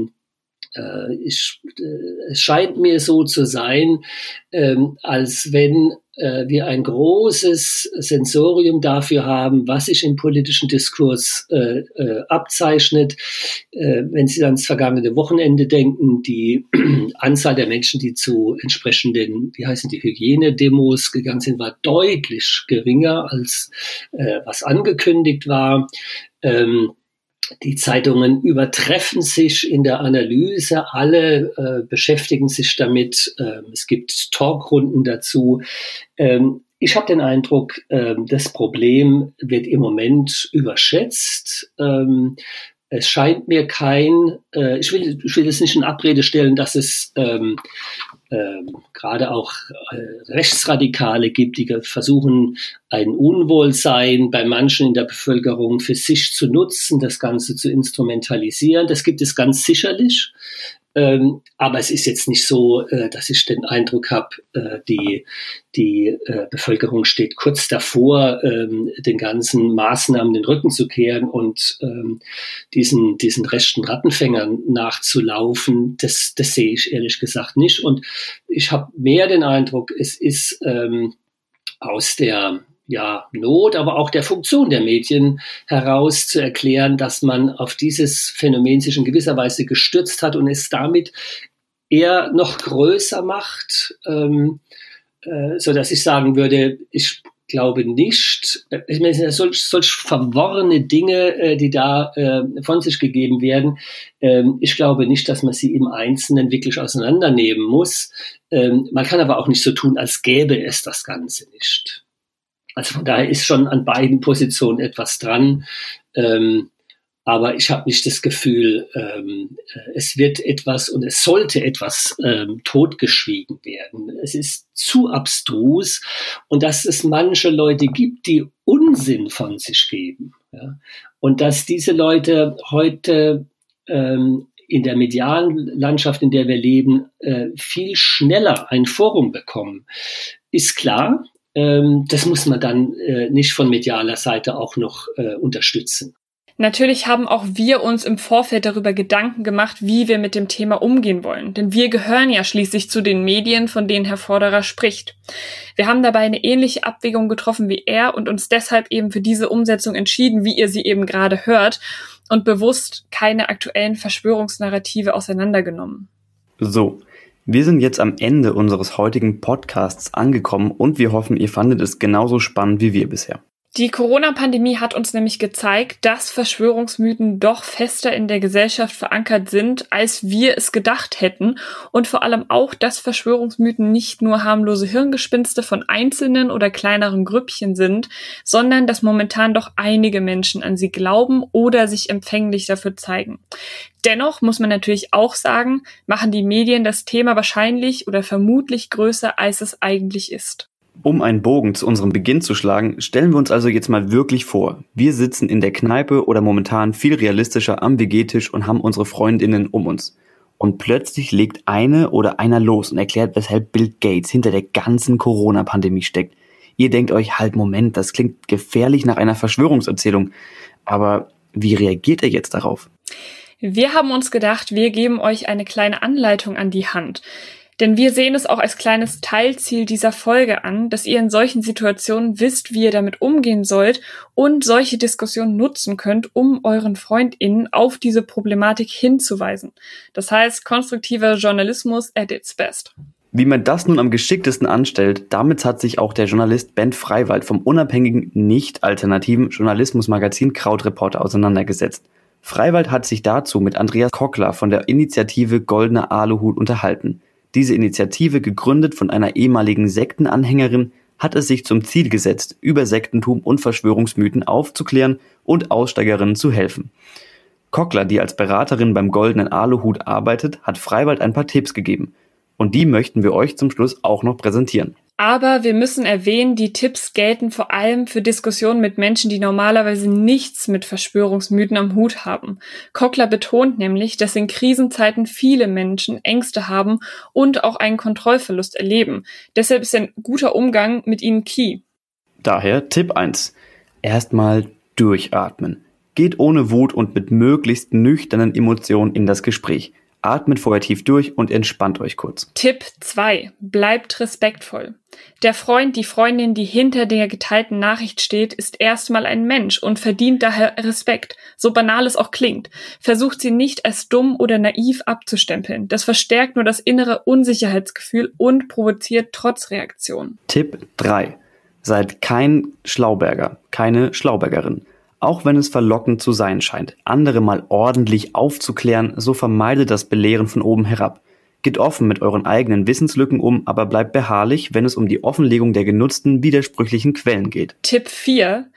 S6: Es scheint mir so zu sein, als wenn wir ein großes Sensorium dafür haben, was sich im politischen Diskurs abzeichnet. Wenn Sie ans vergangene Wochenende denken, die Anzahl der Menschen, die zu entsprechenden, die Hygienedemos gegangen sind, war deutlich geringer, als was angekündigt war. Die Zeitungen übertreffen sich in der Analyse, alle beschäftigen sich damit, es gibt Talkrunden dazu. Ich habe den Eindruck, das Problem wird im Moment überschätzt. Es scheint mir ich will das nicht in Abrede stellen, dass es gerade auch Rechtsradikale gibt, die versuchen, ein Unwohlsein bei manchen in der Bevölkerung für sich zu nutzen, das Ganze zu instrumentalisieren. Das gibt es ganz sicherlich. Aber es ist jetzt nicht so, dass ich den Eindruck habe, die Bevölkerung steht kurz davor, den ganzen Maßnahmen den Rücken zu kehren und diesen rechten Rattenfängern nachzulaufen. Das sehe ich ehrlich gesagt nicht. Und ich habe mehr den Eindruck, es ist aus der Not, aber auch der Funktion der Medien heraus zu erklären, dass man auf dieses Phänomen sich in gewisser Weise gestürzt hat und es damit eher noch größer macht, so dass ich sagen würde, ich glaube nicht, ich meine, solch verworrene Dinge, die da von sich gegeben werden, ich glaube nicht, dass man sie im Einzelnen wirklich auseinandernehmen muss. Man kann aber auch nicht so tun, als gäbe es das Ganze nicht. Also von daher ist schon an beiden Positionen etwas dran. Aber ich habe nicht das Gefühl, es wird etwas und es sollte etwas totgeschwiegen werden. Es ist zu abstrus und dass es manche Leute gibt, die Unsinn von sich geben. Ja? Und dass diese Leute heute in der medialen Landschaft, in der wir leben, viel schneller ein Forum bekommen, ist klar. Das muss man dann nicht von medialer Seite auch noch unterstützen.
S5: Natürlich haben auch wir uns im Vorfeld darüber Gedanken gemacht, wie wir mit dem Thema umgehen wollen. Denn wir gehören ja schließlich zu den Medien, von denen Herr Vorderer spricht. Wir haben dabei eine ähnliche Abwägung getroffen wie er und uns deshalb eben für diese Umsetzung entschieden, wie ihr sie eben gerade hört, und bewusst keine aktuellen Verschwörungsnarrative auseinandergenommen.
S4: So, wir sind jetzt am Ende unseres heutigen Podcasts angekommen und wir hoffen, ihr fandet es genauso spannend wie wir bisher.
S5: Die Corona-Pandemie hat uns nämlich gezeigt, dass Verschwörungsmythen doch fester in der Gesellschaft verankert sind, als wir es gedacht hätten. Und vor allem auch, dass Verschwörungsmythen nicht nur harmlose Hirngespinste von einzelnen oder kleineren Grüppchen sind, sondern dass momentan doch einige Menschen an sie glauben oder sich empfänglich dafür zeigen. Dennoch muss man natürlich auch sagen, machen die Medien das Thema wahrscheinlich oder vermutlich größer, als es eigentlich ist.
S4: Um einen Bogen zu unserem Beginn zu schlagen, stellen wir uns also jetzt mal wirklich vor. Wir sitzen in der Kneipe oder momentan viel realistischer am WG-Tisch und haben unsere Freundinnen um uns. Und plötzlich legt eine oder einer los und erklärt, weshalb Bill Gates hinter der ganzen Corona-Pandemie steckt. Ihr denkt euch, halt Moment, das klingt gefährlich nach einer Verschwörungserzählung. Aber wie reagiert ihr jetzt darauf?
S5: Wir haben uns gedacht, wir geben euch eine kleine Anleitung an die Hand. Denn wir sehen es auch als kleines Teilziel dieser Folge an, dass ihr in solchen Situationen wisst, wie ihr damit umgehen sollt und solche Diskussionen nutzen könnt, um euren FreundInnen auf diese Problematik hinzuweisen. Das heißt, konstruktiver Journalismus at its best.
S4: Wie man das nun am geschicktesten anstellt, damit hat sich auch der Journalist Ben Freiwald vom unabhängigen, nicht-alternativen Journalismusmagazin Krautreporter auseinandergesetzt. Freiwald hat sich dazu mit Andreas Kockler von der Initiative Goldener Aluhut unterhalten. Diese Initiative, gegründet von einer ehemaligen Sektenanhängerin, hat es sich zum Ziel gesetzt, über Sektentum und Verschwörungsmythen aufzuklären und Aussteigerinnen zu helfen. Kockler, die als Beraterin beim Goldenen Aluhut arbeitet, hat Freiwald ein paar Tipps gegeben. Und die möchten wir euch zum Schluss auch noch präsentieren.
S5: Aber wir müssen erwähnen, die Tipps gelten vor allem für Diskussionen mit Menschen, die normalerweise nichts mit Verschwörungsmythen am Hut haben. Kockler betont nämlich, dass in Krisenzeiten viele Menschen Ängste haben und auch einen Kontrollverlust erleben. Deshalb ist ein guter Umgang mit ihnen key.
S4: Daher Tipp 1. Erstmal durchatmen. Geht ohne Wut und mit möglichst nüchternen Emotionen in das Gespräch. Atmet vorher tief durch und entspannt euch kurz.
S5: Tipp 2. Bleibt respektvoll. Der Freund, die Freundin, die hinter der geteilten Nachricht steht, ist erstmal ein Mensch und verdient daher Respekt. So banal es auch klingt. Versucht sie nicht als dumm oder naiv abzustempeln. Das verstärkt nur das innere Unsicherheitsgefühl und provoziert Trotzreaktionen.
S4: Tipp 3. Seid kein Schlauberger, keine Schlaubergerin. Auch wenn es verlockend zu sein scheint, andere mal ordentlich aufzuklären, so vermeidet das Belehren von oben herab. Geht offen mit euren eigenen Wissenslücken um, aber bleibt beharrlich, wenn es um die Offenlegung der genutzten widersprüchlichen Quellen geht.
S5: Tipp 4.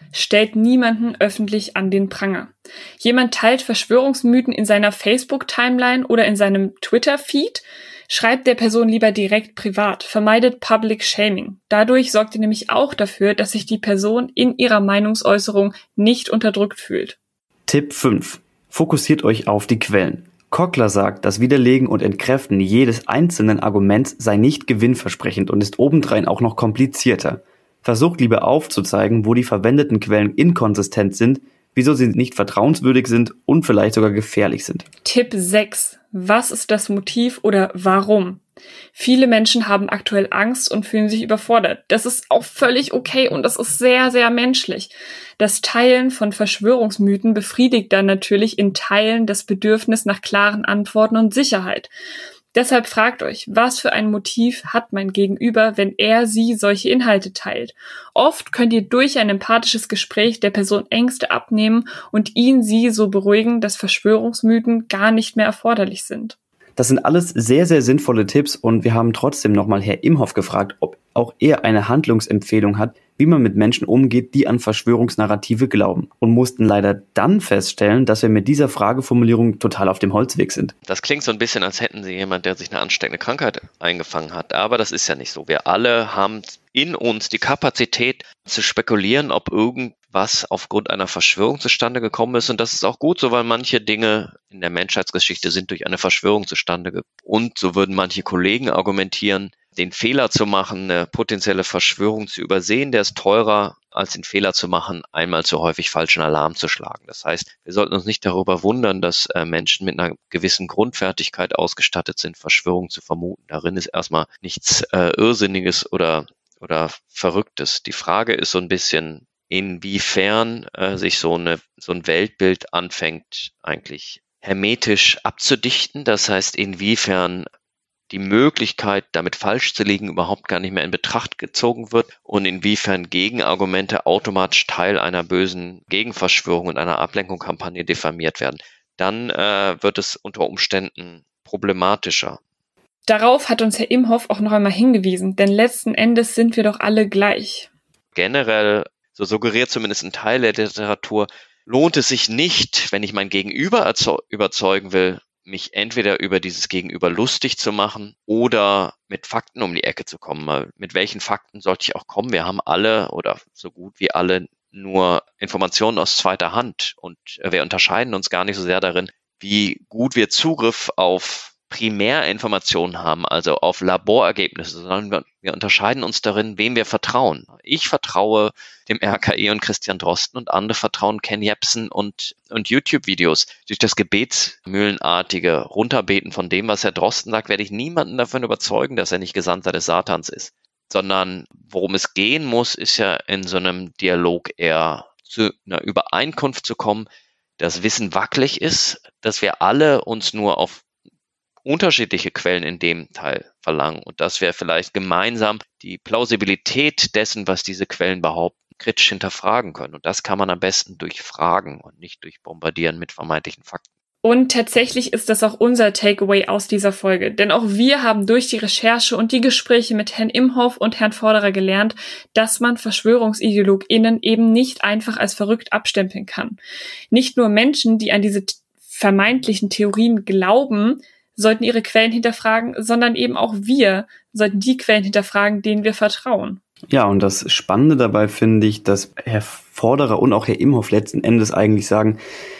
S5: stellt niemanden öffentlich an den Pranger. Jemand teilt Verschwörungsmythen in seiner Facebook-Timeline oder in seinem Twitter-Feed, schreibt der Person lieber direkt privat, vermeidet Public Shaming. Dadurch sorgt ihr nämlich auch dafür, dass sich die Person in ihrer Meinungsäußerung nicht unterdrückt fühlt.
S4: Tipp 5. Fokussiert euch auf die Quellen. Kockler sagt, das Widerlegen und Entkräften jedes einzelnen Arguments sei nicht gewinnversprechend und ist obendrein auch noch komplizierter. Versucht lieber aufzuzeigen, wo die verwendeten Quellen inkonsistent sind, wieso sie nicht vertrauenswürdig sind und vielleicht sogar gefährlich sind.
S5: Tipp 6. Was ist das Motiv oder warum? Viele Menschen haben aktuell Angst und fühlen sich überfordert. Das ist auch völlig okay und das ist sehr, sehr menschlich. Das Teilen von Verschwörungsmythen befriedigt dann natürlich in Teilen das Bedürfnis nach klaren Antworten und Sicherheit. Deshalb fragt euch, was für ein Motiv hat mein Gegenüber, wenn er, sie solche Inhalte teilt? Oft könnt ihr durch ein empathisches Gespräch der Person Ängste abnehmen und ihn, sie so beruhigen, dass Verschwörungsmythen gar nicht mehr erforderlich sind.
S4: Das sind alles sehr, sehr sinnvolle Tipps und wir haben trotzdem nochmal Herr Imhoff gefragt, ob auch er eine Handlungsempfehlung hat, wie man mit Menschen umgeht, die an Verschwörungsnarrative glauben. Und mussten leider dann feststellen, dass wir mit dieser Frageformulierung total auf dem Holzweg sind.
S1: Das klingt so ein bisschen, als hätten Sie jemand, der sich eine ansteckende Krankheit eingefangen hat. Aber das ist ja nicht so. Wir alle haben in uns die Kapazität zu spekulieren, ob irgendwas aufgrund einer Verschwörung zustande gekommen ist. Und das ist auch gut so, weil manche Dinge in der Menschheitsgeschichte sind durch eine Verschwörung zustande gekommen. Und so würden manche Kollegen argumentieren, den Fehler zu machen, eine potenzielle Verschwörung zu übersehen, der ist teurer, als den Fehler zu machen, einmal zu häufig falschen Alarm zu schlagen. Das heißt, wir sollten uns nicht darüber wundern, dass Menschen mit einer gewissen Grundfertigkeit ausgestattet sind, Verschwörungen zu vermuten. Darin ist erstmal nichts Irrsinniges oder Verrücktes. Die Frage ist so ein bisschen, inwiefern sich so ein Weltbild anfängt, eigentlich hermetisch abzudichten. Das heißt, inwiefern die Möglichkeit, damit falsch zu liegen, überhaupt gar nicht mehr in Betracht gezogen wird und inwiefern Gegenargumente automatisch Teil einer bösen Gegenverschwörung und einer Ablenkungskampagne diffamiert werden. Dann wird es unter Umständen problematischer.
S5: Darauf hat uns Herr Imhoff auch noch einmal hingewiesen, denn letzten Endes sind wir doch alle gleich.
S1: Generell, so suggeriert zumindest ein Teil der Literatur, lohnt es sich nicht, wenn ich mein Gegenüber überzeugen will, mich entweder über dieses Gegenüber lustig zu machen oder mit Fakten um die Ecke zu kommen. Mit welchen Fakten sollte ich auch kommen? Wir haben alle oder so gut wie alle nur Informationen aus zweiter Hand und wir unterscheiden uns gar nicht so sehr darin, wie gut wir Zugriff auf Primärinformationen haben, also auf Laborergebnisse, sondern wir unterscheiden uns darin, wem wir vertrauen. Ich vertraue dem RKI und Christian Drosten und andere vertrauen Ken Jebsen und YouTube-Videos. Durch das gebetsmühlenartige Runterbeten von dem, was Herr Drosten sagt, werde ich niemanden davon überzeugen, dass er nicht Gesandter des Satans ist. Sondern worum es gehen muss, ist ja in so einem Dialog eher zu einer Übereinkunft zu kommen, dass Wissen wackelig ist, dass wir alle uns nur auf unterschiedliche Quellen in dem Teil verlangen und dass wir vielleicht gemeinsam die Plausibilität dessen, was diese Quellen behaupten, kritisch hinterfragen können. Und das kann man am besten durch Fragen und nicht durch Bombardieren mit vermeintlichen Fakten.
S5: Und tatsächlich ist das auch unser Takeaway aus dieser Folge. Denn auch wir haben durch die Recherche und die Gespräche mit Herrn Imhoff und Herrn Vorderer gelernt, dass man VerschwörungsideologInnen eben nicht einfach als verrückt abstempeln kann. Nicht nur Menschen, die an diese vermeintlichen Theorien glauben, sollten ihre Quellen hinterfragen, sondern eben auch wir sollten die Quellen hinterfragen, denen wir vertrauen.
S4: Ja, und das Spannende dabei finde ich, dass Herr Vorderer und auch Herr Imhoff letzten Endes eigentlich sagen,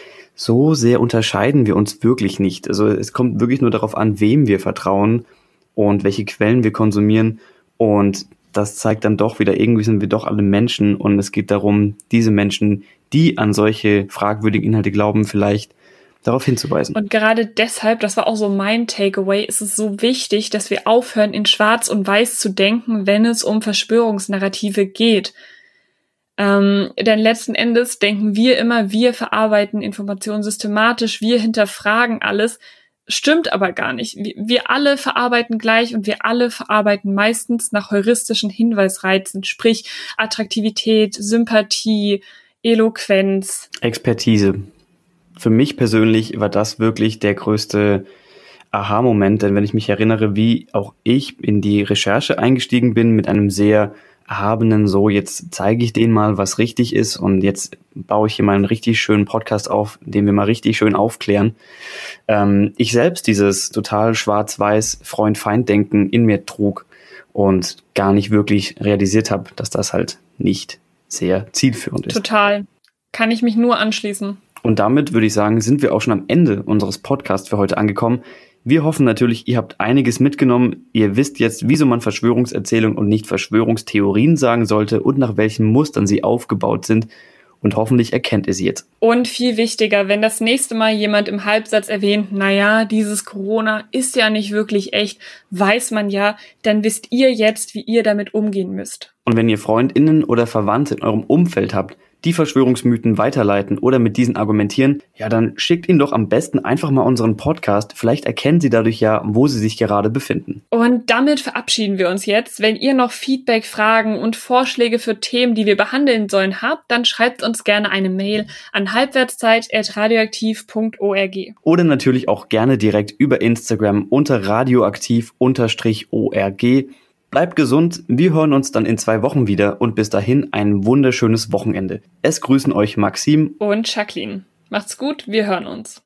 S4: so sehr unterscheiden wir uns wirklich nicht. Also es kommt wirklich nur darauf an, wem wir vertrauen und welche Quellen wir konsumieren. Und das zeigt dann doch wieder, irgendwie sind wir doch alle Menschen und es geht darum, diese Menschen, die an solche fragwürdigen Inhalte glauben, vielleicht darauf hinzuweisen.
S5: Und gerade deshalb, das war auch so mein Takeaway, ist es so wichtig, dass wir aufhören, in Schwarz und Weiß zu denken, wenn es um Verschwörungsnarrative geht. Denn letzten Endes denken wir immer, wir verarbeiten Informationen systematisch, wir hinterfragen alles, stimmt aber gar nicht. Wir alle verarbeiten gleich und wir alle verarbeiten meistens nach heuristischen Hinweisreizen, sprich Attraktivität, Sympathie, Eloquenz.
S4: Expertise. Für mich persönlich war das wirklich der größte Aha-Moment, denn wenn ich mich erinnere, wie auch ich in die Recherche eingestiegen bin mit einem sehr Erhabenen so, jetzt zeige ich denen mal, was richtig ist und jetzt baue ich hier mal einen richtig schönen Podcast auf, in dem wir mal richtig schön aufklären. Ich selbst dieses total schwarz-weiß Freund-Feind-Denken in mir trug und gar nicht wirklich realisiert habe, dass das halt nicht sehr zielführend ist.
S5: Total. Kann ich mich nur anschließen.
S4: Und damit würde ich sagen, sind wir auch schon am Ende unseres Podcasts für heute angekommen. Wir hoffen natürlich, ihr habt einiges mitgenommen. Ihr wisst jetzt, wieso man Verschwörungserzählung und nicht Verschwörungstheorien sagen sollte und nach welchen Mustern sie aufgebaut sind. Und hoffentlich erkennt ihr sie jetzt.
S5: Und viel wichtiger, wenn das nächste Mal jemand im Halbsatz erwähnt, naja, dieses Corona ist ja nicht wirklich echt, weiß man ja, dann wisst ihr jetzt, wie ihr damit umgehen müsst.
S4: Und wenn ihr FreundInnen oder Verwandte in eurem Umfeld habt, die Verschwörungsmythen weiterleiten oder mit diesen argumentieren, ja, dann schickt ihnen doch am besten einfach mal unseren Podcast. Vielleicht erkennen sie dadurch ja, wo sie sich gerade befinden.
S5: Und damit verabschieden wir uns jetzt. Wenn ihr noch Feedback, Fragen und Vorschläge für Themen, die wir behandeln sollen, habt, dann schreibt uns gerne eine Mail an halbwertszeit@radioaktiv.org.
S4: Oder natürlich auch gerne direkt über Instagram unter radioaktiv_org. Bleibt gesund, wir hören uns dann in 2 Wochen wieder und bis dahin ein wunderschönes Wochenende. Es grüßen euch Maxim
S5: und Jacqueline. Macht's gut, wir hören uns.